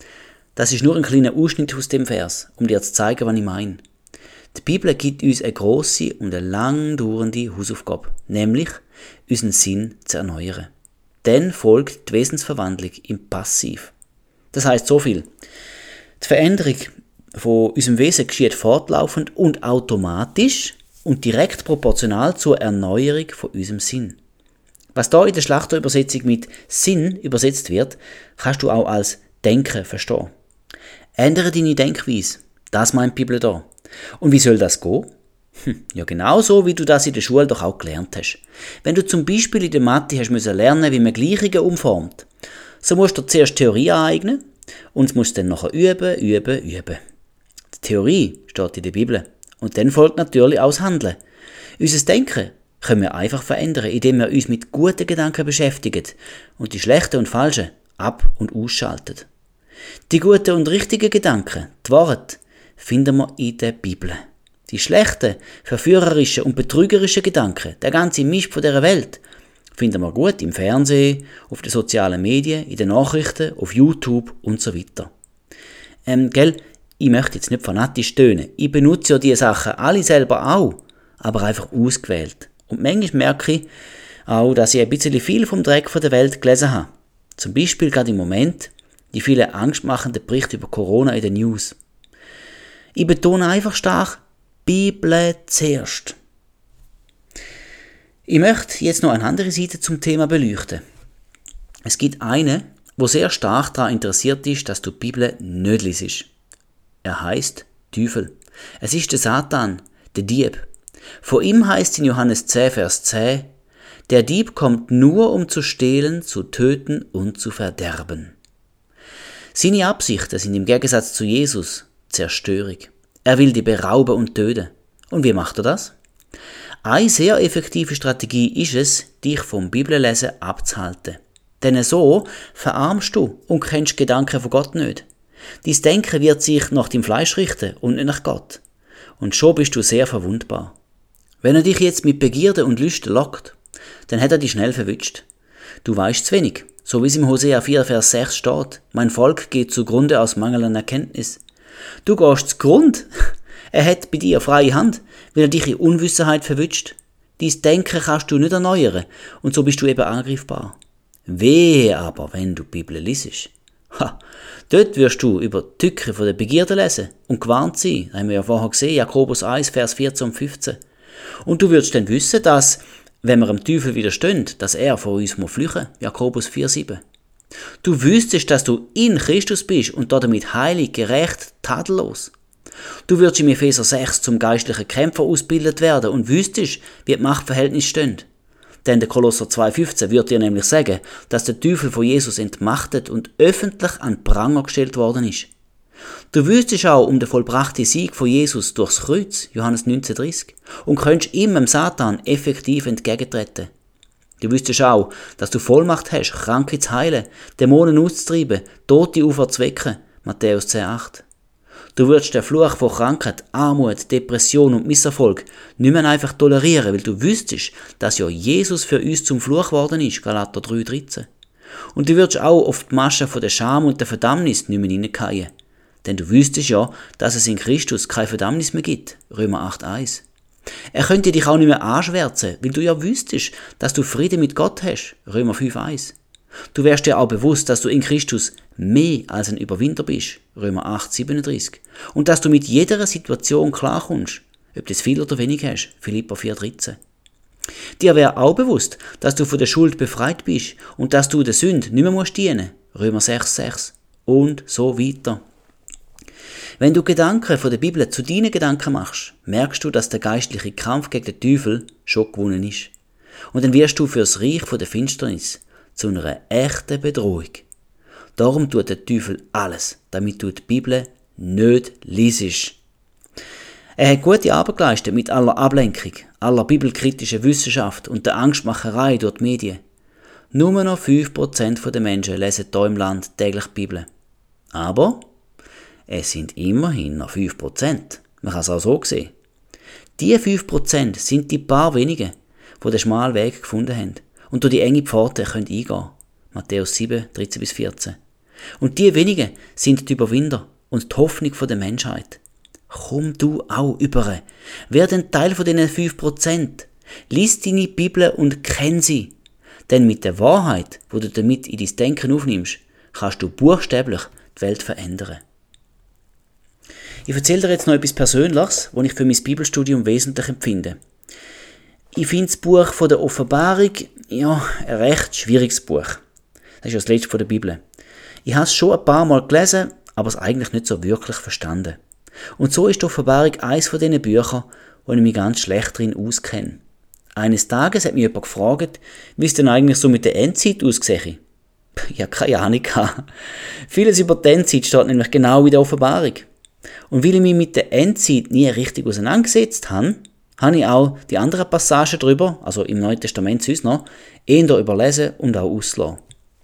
Das ist nur ein kleiner Ausschnitt aus dem Vers, um dir zu zeigen, was ich meine. Die Bibel gibt uns eine grosse und eine lang dauernde Hausaufgabe, nämlich unseren Sinn zu erneuern. Dann folgt die Wesensverwandlung im Passiv. Das heisst so viel. Die Veränderung von unserem Wesen geschieht fortlaufend und automatisch und direkt proportional zur Erneuerung von unserem Sinn. Was da in der Schlachterübersetzung mit Sinn übersetzt wird, kannst du auch als Denken verstehen. Ändere deine Denkweise. Das meint die Bibel da. Und wie soll das gehen? Hm, ja, genau so, wie du das in der Schule doch auch gelernt hast. Wenn du zum Beispiel in der Mathe hast müssen lernen, wie man Gleichungen umformt, so musst du zuerst Theorie aneignen und musst dann nachher üben, üben, üben. Die Theorie steht in der Bibel und dann folgt natürlich auch das Handeln. Unser Denken können wir einfach verändern, indem wir uns mit guten Gedanken beschäftigen und die schlechten und falschen ab- und ausschalten. Die guten und richtigen Gedanken, die Wahrheit, finden wir in der Bibel. Die schlechten, verführerischen und betrügerischen Gedanken, der ganze Mist von dieser Welt, finden wir gut im Fernsehen, auf den sozialen Medien, in den Nachrichten, auf YouTube und so weiter. Ähm, gell, ich möchte jetzt nicht fanatisch tönen. Ich benutze ja diese Sachen alle selber auch, aber einfach ausgewählt. Und manchmal merke ich auch, dass ich ein bisschen viel vom Dreck von der Welt gelesen habe. Zum Beispiel gerade im Moment die vielen angstmachenden Berichte über Corona in den News. Ich betone einfach stark, Bibel zuerst. Ich möchte jetzt noch eine andere Seite zum Thema beleuchten. Es gibt einen, der sehr stark daran interessiert ist, dass du die Bibel nicht liest. Er heißt Teufel. Es ist der Satan, der Dieb. Von ihm heißt in Johannes zehn, Vers zehn, der Dieb kommt nur, um zu stehlen, zu töten und zu verderben. Seine Absichten sind im Gegensatz zu Jesus Zerstörung. Er will dich berauben und töten. Und wie macht er das? Eine sehr effektive Strategie ist es, dich vom Bibellesen abzuhalten. Denn so verarmst du und kennst die Gedanken von Gott nicht. Dein Denken wird sich nach dem Fleisch richten und nicht nach Gott. Und schon bist du sehr verwundbar. Wenn er dich jetzt mit Begierde und Lüsten lockt, dann hat er dich schnell verwünscht. Du weißt zu wenig, so wie es im Hosea vier, Vers sechs steht. Mein Volk geht zugrunde aus mangelnder Erkenntnis. Du gehst zugrunde. Er hat bei dir freie Hand, weil er dich in Unwissenheit verwünscht. Dein Denken kannst du nicht erneuern und so bist du eben angreifbar. Wehe aber, wenn du die Bibel liest. Ha, dort wirst du über die Tücke von der Begierde lesen und gewarnt sein. Das haben wir ja vorher gesehen, Jakobus eins, Vers vierzehn und fünfzehn. Und du wirst dann wissen, dass, wenn wir dem Teufel widerstehen, dass er vor uns flüchten muss. Jakobus vier, sieben. Du wüsstest, dass du in Christus bist und damit heilig, gerecht, tadellos. Du würdest im Epheser sechs zum geistlichen Kämpfer ausgebildet werden und wüsstest, wie die Machtverhältnisse stehen. Denn der Kolosser zwei fünfzehn wird dir nämlich sagen, dass der Teufel von Jesus entmachtet und öffentlich an den Pranger gestellt worden ist. Du wüsstest auch um den vollbrachten Sieg von Jesus durchs Kreuz, Johannes neunzehn dreißig, und könntest ihm, dem Satan, effektiv entgegentreten. Du wüsstest auch, dass du Vollmacht hast, Kranke zu heilen, Dämonen auszutreiben, Tote aufzuwecken, Matthäus zehn acht. Du würdest den Fluch von Krankheit, Armut, Depression und Misserfolg nicht mehr einfach tolerieren, weil du wüsstest, dass ja Jesus für uns zum Fluch geworden ist, Galater drei dreizehn. Und du würdest auch auf die Masche von der Scham und der Verdammnis nicht mehr hineingehen. Denn du wüsstest ja, dass es in Christus keine Verdammnis mehr gibt, Römer acht eins. Er könnte dich auch nicht mehr anschwärzen, weil du ja wüsstest, dass du Frieden mit Gott hast, Römer fünf eins. Du wärst dir auch bewusst, dass du in Christus mehr als ein Überwinder bist, Römer acht siebenunddreißig. Und dass du mit jeder Situation klarkommst, ob du es viel oder wenig hast, Philipper vier dreizehn. Dir wäre auch bewusst, dass du von der Schuld befreit bist und dass du der Sünde nicht mehr musst dienen, Römer sechs sechs. Und so weiter. Wenn du Gedanken von der Bibel zu deinen Gedanken machst, merkst du, dass der geistliche Kampf gegen den Teufel schon gewonnen ist. Und dann wirst du für das Reich von der Finsternis zu einer echten Bedrohung. Darum tut der Teufel alles, damit du die Bibel nicht liest. Er hat gute Arbeit geleistet mit aller Ablenkung, aller bibelkritischen Wissenschaft und der Angstmacherei durch die Medien. Nur noch fünf Prozent der Menschen lesen hier im Land täglich die Bibel. Aber es sind immerhin noch fünf Prozent. Man kann es auch so sehen. Diese fünf Prozent sind die paar wenigen, die den schmalen Weg gefunden haben und durch die enge Pforte können eingehen können. Matthäus sieben dreizehn bis vierzehn. Und die wenigen sind die Überwinder und die Hoffnung der Menschheit. Komm du auch über. Werde ein Teil von diesen fünf Prozent. Lies deine Bibel und kenn sie. Denn mit der Wahrheit, die du damit in dein Denken aufnimmst, kannst du buchstäblich die Welt verändern. Ich erzähle dir jetzt noch etwas Persönliches, was ich für mein Bibelstudium wesentlich empfinde. Ich finde das Buch von der Offenbarung, ja, ein recht schwieriges Buch. Das ist ja das letzte von der Bibel. Ich habe es schon ein paar Mal gelesen, aber es eigentlich nicht so wirklich verstanden. Und so ist die Offenbarung eines von diesen Büchern, wo ich mich ganz schlecht drin auskenne. Eines Tages hat mich jemand gefragt, wie es denn eigentlich so mit der Endzeit aussehe. Ich habe keine Ahnung. Vieles über die Endzeit steht nämlich genau in der Offenbarung. Und weil ich mich mit der Endzeit nie richtig auseinandergesetzt habe, habe ich auch die anderen Passagen darüber, also im Neuen Testament sonst noch, eher überlesen und auch ausgelassen.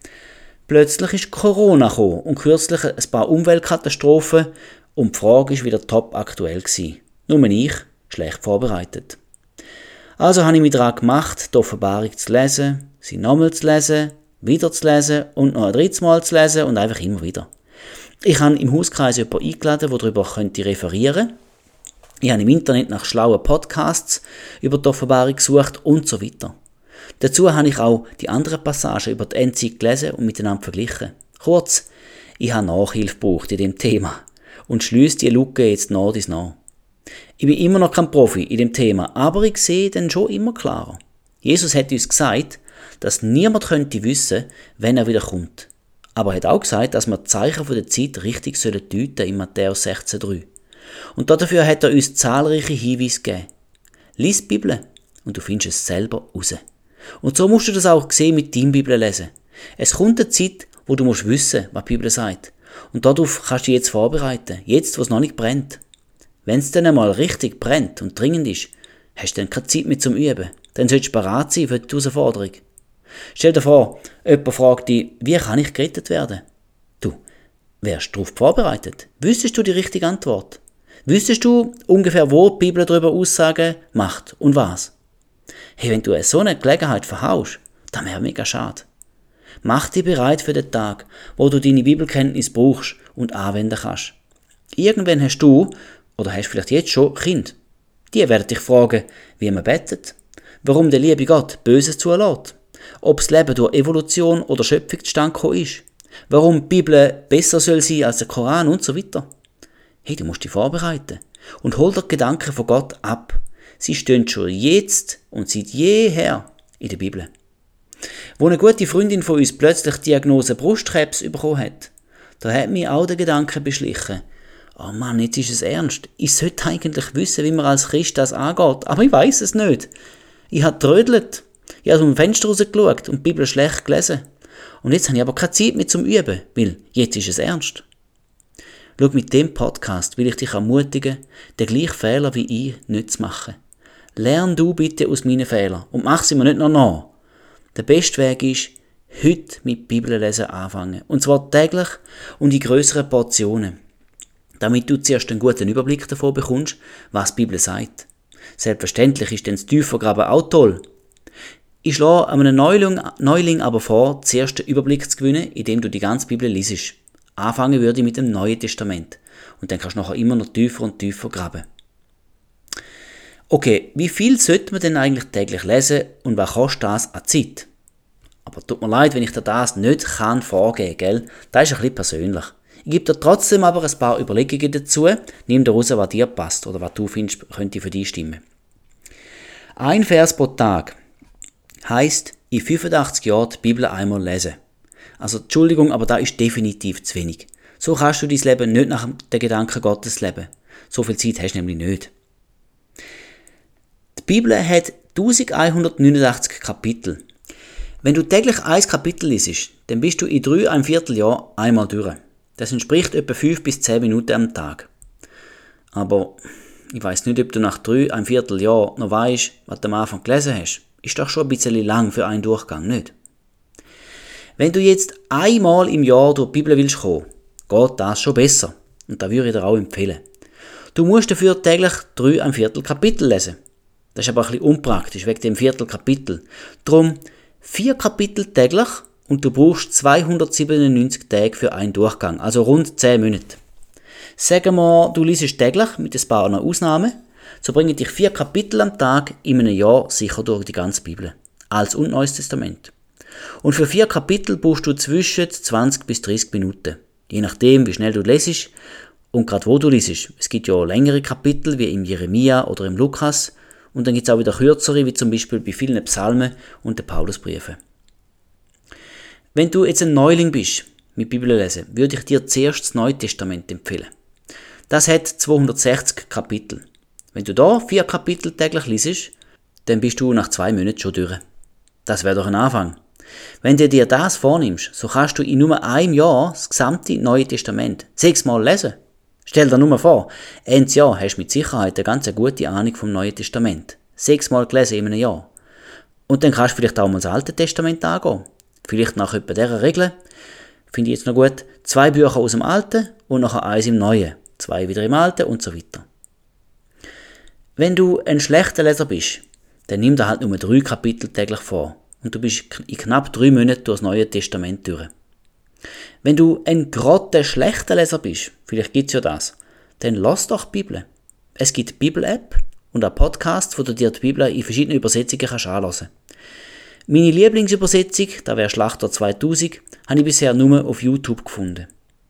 Plötzlich ist Corona gekommen und kürzlich ein paar Umweltkatastrophen und die Frage war wieder top aktuell gewesen. Nur ich, schlecht vorbereitet. Also habe ich mich daran gemacht, die Offenbarung zu lesen, sie nochmal zu lesen, wieder zu lesen und noch ein drittes Mal zu lesen und einfach immer wieder. Ich habe im Hauskreis jemanden eingeladen, der darüber referieren könnte. Ich habe im Internet nach schlauen Podcasts über die Offenbarung gesucht und so weiter. Dazu habe ich auch die anderen Passagen über die Endzeit gelesen und miteinander verglichen. Kurz, ich habe Nachhilfe gebraucht in dem Thema und schliesse die Lücke jetzt nach und nach. Ich bin immer noch kein Profi in dem Thema, aber ich sehe dann schon immer klarer. Jesus hat uns gesagt, dass niemand könnte wissen, wenn er wieder kommt. Aber er hat auch gesagt, dass wir die Zeichen der Zeit richtig deuten sollen in Matthäus sechzehn drei. Und dafür hat er uns zahlreiche Hinweise gegeben. Lies die Bibel und du findest es selber raus. Und so musst du das auch sehen mit deinem Bibellesen. Es kommt eine Zeit, wo du musst wissen, was die Bibel sagt. Und darauf kannst du dich jetzt vorbereiten, jetzt, wo es noch nicht brennt. Wenn es dann einmal richtig brennt und dringend ist, hast du dann keine Zeit mehr zum Üben. Dann solltest du bereit sein für die Herausforderung. Stell dir vor, jemand fragt dich, wie kann ich gerettet werden? Du, wärst du darauf vorbereitet? Wüsstest du die richtige Antwort? Wüsstest du ungefähr, wo die Bibel darüber Aussagen macht und was? Hey, wenn du so eine Gelegenheit verhaust, dann wäre mega schade. Mach dich bereit für den Tag, wo du deine Bibelkenntnis brauchst und anwenden kannst. Irgendwann hast du, oder hast vielleicht jetzt schon, Kinder. Die werden dich fragen, wie man betet, warum der liebe Gott Böses zulässt, ob das Leben durch Evolution oder Schöpfung zustande gekommen ist, warum die Bibel besser soll sein als der Koran und so weiter. Hey, du musst dich vorbereiten und hol dir die Gedanken von Gott ab. Sie stehen schon jetzt und seit jeher in der Bibel. Wo eine gute Freundin von uns plötzlich die Diagnose Brustkrebs bekommen hat, da hat mich auch der Gedanke beschlichen, oh Mann, jetzt ist es ernst. Ich sollte eigentlich wissen, wie man als Christ das angeht, aber ich weiß es nicht. Ich habe trödelt. Ich habe aus dem Fenster rausgeschaut und die Bibel schlecht gelesen. Und jetzt habe ich aber keine Zeit mehr zum Üben, weil jetzt ist es ernst. Schau, mit dem Podcast will ich dich ermutigen, den gleichen Fehler wie ich nicht zu machen. Lern du bitte aus meinen Fehlern und mach sie mir nicht noch nach. Der beste Weg ist, heute mit Bibellesen anfangen. Und zwar täglich und in grösseren Portionen. Damit du zuerst einen guten Überblick davon bekommst, was die Bibel sagt. Selbstverständlich ist dann das Tiefergraben auch toll. Ich schlage einem Neuling, Neuling aber vor, zuerst den Überblick zu gewinnen, indem du die ganze Bibel liest. Anfangen würde ich mit dem Neuen Testament. Und dann kannst du nachher immer noch tiefer und tiefer graben. Okay, wie viel sollte man denn eigentlich täglich lesen und was kostet das an Zeit? Aber tut mir leid, wenn ich dir das nicht kann vorgeben, gell? Das ist ein bisschen persönlich. Ich gebe dir trotzdem aber ein paar Überlegungen dazu. Nimm dir raus, was dir passt oder was du findest, könnte für dich stimmen. Ein Vers pro Tag heisst, in fünfundachtzig Jahren die Bibel einmal lesen. Also, Entschuldigung, aber das ist definitiv zu wenig. So kannst du dein Leben nicht nach den Gedanken Gottes leben. So viel Zeit hast du nämlich nicht. Die Bibel hat elfhundertneunundachtzig Kapitel. Wenn du täglich ein Kapitel liest, dann bist du in drei, ein Vierteljahr einmal durch. Das entspricht etwa fünf bis zehn Minuten am Tag. Aber ich weiss nicht, ob du nach drei, ein Vierteljahr noch weisst, was du am Anfang gelesen hast. Ist doch schon ein bisschen lang für einen Durchgang, nicht? Wenn du jetzt einmal im Jahr durch die Bibel willst kommen, geht das schon besser. Und das würde ich dir auch empfehlen. Du musst dafür täglich drei, ein Viertel Kapitel lesen. Das ist aber ein bisschen unpraktisch, wegen dem Viertel Kapitel. Darum vier Kapitel täglich und du brauchst zweihundertsiebenundneunzig Tage für einen Durchgang, also rund zehn Monate. Sagen wir, du liest täglich mit ein paar Ausnahmen, so bringen dich vier Kapitel am Tag in einem Jahr sicher durch die ganze Bibel. Altes und Neues Testament. Und für vier Kapitel brauchst du zwischen zwanzig bis dreißig Minuten. Je nachdem, wie schnell du lesest und gerade wo du liest. Es gibt ja längere Kapitel, wie im Jeremia oder im Lukas. Und dann gibt es auch wieder kürzere, wie zum Beispiel bei vielen Psalmen und den Paulusbriefen. Wenn du jetzt ein Neuling bist mit Bibel lesen, würde ich dir zuerst das Neue Testament empfehlen. Das hat zweihundertsechzig Kapitel. Wenn du da vier Kapitel täglich liest, dann bist du nach zwei Monaten schon durch. Das wäre doch ein Anfang. Wenn du dir das vornimmst, so kannst du in nur einem Jahr das gesamte Neue Testament sechsmal lesen. Stell dir nur vor, Ende Jahr hast du mit Sicherheit eine ganz gute Ahnung vom Neuen Testament. Sechsmal gelesen in einem Jahr. Und dann kannst du vielleicht auch mal das Alte Testament angehen. Vielleicht nach etwa dieser Regel, finde ich jetzt noch gut, zwei Bücher aus dem Alten und nachher eins im Neuen. Zwei wieder im Alten und so weiter. Wenn du ein schlechter Leser bist, dann nimm dir halt nur drei Kapitel täglich vor. Und du bist in knapp drei Monaten durch das Neue Testament durch. Wenn du ein grotter schlechter Leser bist, vielleicht gibt es ja das, dann lass doch die Bibel. Es gibt die Bibel-App und einen Podcast, wo du dir die Bibel in verschiedenen Übersetzungen kannst anhören. Meine Lieblingsübersetzung, da wäre Schlachter zweitausend, habe ich bisher nur auf YouTube gefunden.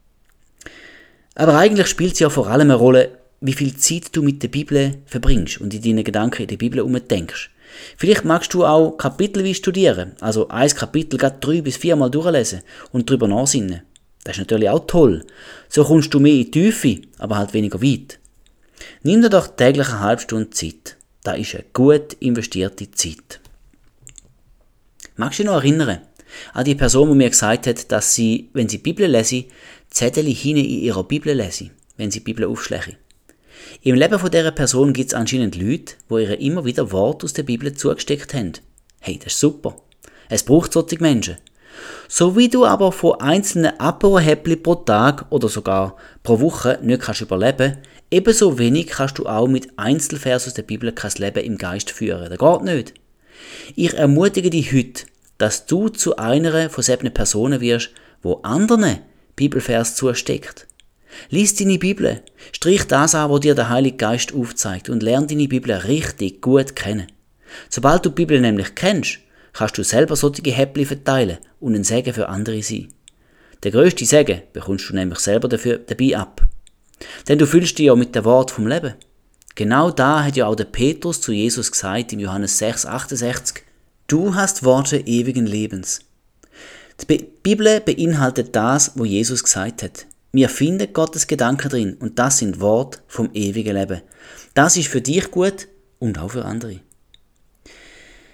Aber eigentlich spielt es ja vor allem eine Rolle, wie viel Zeit du mit der Bibel verbringst und in deinen Gedanken in der Bibel umdenkst. Vielleicht magst du auch kapitelweise studieren, also ein Kapitel gerade drei bis viermal durchlesen und darüber nachsinnen. Das ist natürlich auch toll. So kommst du mehr in die Tiefe, aber halt weniger weit. Nimm dir doch täglich eine halbe Stunde Zeit. Das ist eine gut investierte Zeit. Magst du dich noch erinnern an die Person, die mir gesagt hat, dass sie, wenn sie die Bibel lese, Zettel hinten in ihrer Bibel lese, wenn sie die Bibel aufschläge? Im Leben von dieser Person gibt es anscheinend Leute, die ihr immer wieder Worte aus der Bibel zugesteckt haben. Hey, das ist super. Es braucht solche Menschen. So wie du aber von einzelnen Aperol-Häppchen pro Tag oder sogar pro Woche nicht kannst überleben, ebenso wenig kannst du auch mit Einzelversen aus der Bibel kein Leben im Geist führen. Das geht nicht. Ich ermutige dich heute, dass du zu einer von solchen Personen wirst, wo anderen Bibelvers zusteckt. Lies deine Bibel, strich das an, was dir der Heilige Geist aufzeigt und lerne deine Bibel richtig gut kennen. Sobald du die Bibel nämlich kennst, kannst du selber solche Häppchen verteilen und ein Segen für andere sein. Der grösste Segen bekommst du nämlich selber dafür dabei ab. Denn du fühlst dich ja mit dem Wort vom Leben. Genau da hat ja auch der Petrus zu Jesus gesagt, im Johannes sechs, achtundsechzig, du hast Worte ewigen Lebens. Die Bibel beinhaltet das, was Jesus gesagt hat. Wir finden Gottes Gedanken drin und das sind Worte vom ewigen Leben. Das ist für dich gut und auch für andere.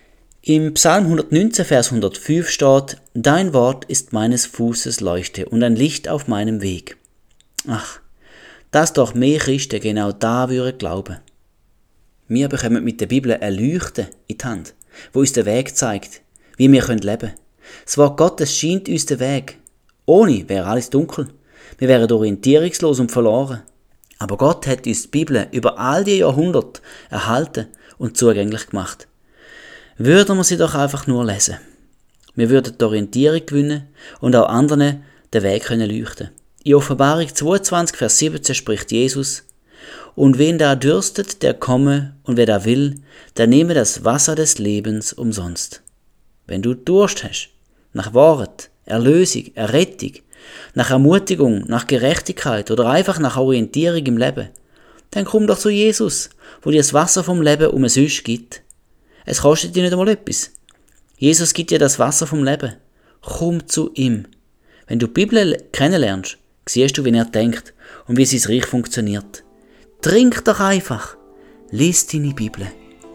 Im Psalm hundertneunzehn, Vers hundertfünf steht: Dein Wort ist meines Fußes Leuchte und ein Licht auf meinem Weg. Ach, dass doch mehr Christen genau da würden glauben. Wir bekommen mit der Bibel ein Leuchten in die Hand, wo uns den Weg zeigt, wie wir leben können. Das Wort Gottes scheint uns den Weg. Ohne wäre alles dunkel. Wir wären orientierungslos und verloren. Aber Gott hat uns die Bibel über all die Jahrhunderte erhalten und zugänglich gemacht. Würden wir sie doch einfach nur lesen. Wir würden die Orientierung gewinnen und auch anderen den Weg können leuchten. In Offenbarung zweiundzwanzig, Vers siebzehn spricht Jesus: Und wen da dürstet, der komme, und wer da will, der nehme das Wasser des Lebens umsonst. Wenn du Durst hast, nach Wahrheit, Erlösung, Errettung, nach Ermutigung, nach Gerechtigkeit oder einfach nach Orientierung im Leben, dann komm doch zu Jesus, wo dir das Wasser vom Leben umsonst gibt. Es kostet dir nicht einmal etwas. Jesus gibt dir das Wasser vom Leben. Komm zu ihm. Wenn du die Bibel kennenlernst, siehst du, wie er denkt und wie sein Reich funktioniert. Trink doch einfach. Lies deine Bibel.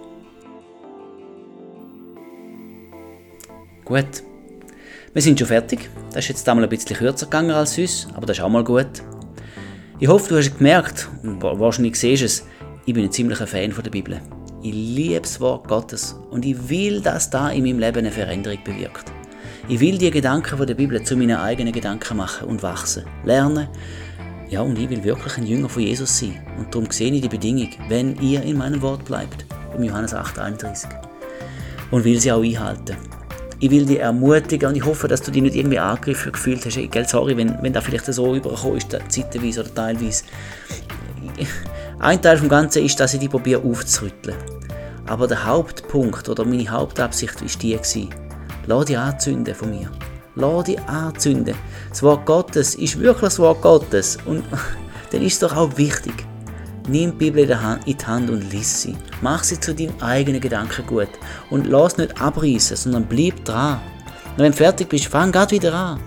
Gut. Wir sind schon fertig. Das ist jetzt einmal ein bisschen kürzer gegangen als sonst, aber das ist auch mal gut. Ich hoffe, du hast gemerkt, und wahrscheinlich siehst du es, ich bin ein ziemlicher Fan von der Bibel. Ich liebe das Wort Gottes und ich will, dass da in meinem Leben eine Veränderung bewirkt. Ich will die Gedanken von der Bibel zu meinen eigenen Gedanken machen und wachsen, lernen. Ja, und ich will wirklich ein Jünger von Jesus sein. Und darum sehe ich die Bedingung, wenn ihr in meinem Wort bleibt, im Johannes acht, einunddreißig. Und will sie auch einhalten. Ich will dich ermutigen und ich hoffe, dass du dich nicht irgendwie angegriffen gefühlt hast. Gell, sorry, wenn, wenn das vielleicht so übergekommen ist, zeitweise oder teilweise. Ein Teil vom Ganzen ist, dass ich dich probiere aufzurütteln. Aber der Hauptpunkt oder meine Hauptabsicht war die gewesen. Lass dich anzünden von mir. Lass dich anzünden. Das Wort Gottes ist wirklich das Wort Gottes. Und dann ist es doch auch wichtig. Nimm die Bibel in die Hand, in die Hand und lies sie. Mach sie zu deinen eigenen Gedanken gut. Und lass nicht abreißen, sondern bleib dran. Und wenn du fertig bist, fang gerade wieder an.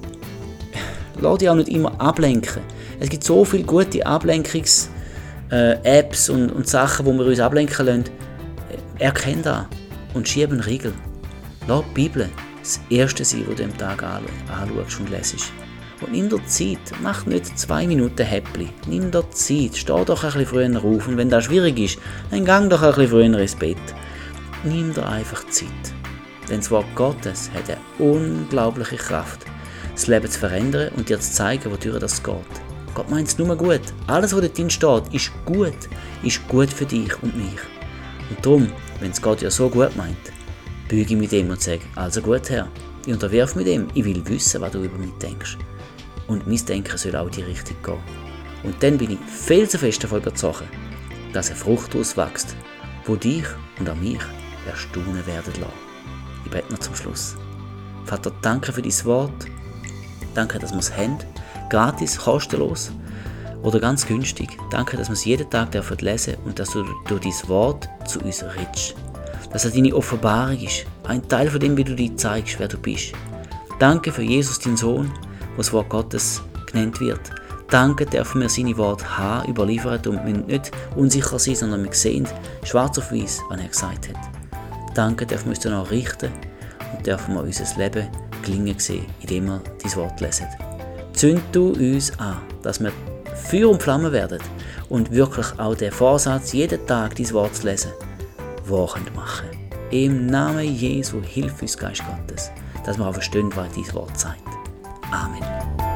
Lass dich auch nicht immer ablenken. Es gibt so viele gute Ablenkungs- Äh, Apps und, und Sachen, wo wir uns ablenken lassen, erkenn das und schieb einen Riegel. Lass die Bibel das Erste sein, was du am Tag anschaust und lesest. Und nimm dir Zeit, mach nicht zwei Minuten Häppli. Nimm dir Zeit, steh doch ein bisschen früher auf und wenn das schwierig ist, dann gang doch ein bisschen früher ins Bett. Nimm dir einfach Zeit. Denn das Wort Gottes hat eine unglaubliche Kraft, das Leben zu verändern und dir zu zeigen, wodurch das geht. Gott meint es nur gut. Alles, was dort drin steht, ist gut. Ist gut für dich und mich. Und darum, wenn es Gott ja so gut meint, büge ich mit dem und sage: Also gut, Herr, ich unterwerfe mit dem. Ich will wissen, was du über mich denkst. Und mein Denken soll auch in die Richtung gehen. Und dann bin ich felsenfest davon überzeugt, dass eine Frucht auswächst, wo dich und auch mich erstaunen werden lassen. Ich bete noch zum Schluss. Vater, danke für dein Wort. Danke, dass wir es haben. Gratis, kostenlos oder ganz günstig. Danke, dass wir es jeden Tag lesen dürfen und dass du durch dein Wort zu uns redest. Dass es deine Offenbarung ist. Ein Teil von dem, wie du dir zeigst, wer du bist. Danke für Jesus, deinen Sohn, wo das Wort Gottes genannt wird. Danke, dürfen wir seine Worte haben, überliefert und wir nicht unsicher sein, sondern wir sehen schwarz auf weiß, was er gesagt hat. Danke, dürfen wir uns dann auch richten und dürfen wir unser Leben gelingen sehen, indem wir dein Wort lesen. Zünd du uns an, dass wir Feuer und Flamme werden und wirklich auch den Vorsatz, jeden Tag dein Wort zu lesen, wahr machen. Im Namen Jesu hilf uns, Geist Gottes, dass wir auch verstehen, was dein Wort sagt. Amen.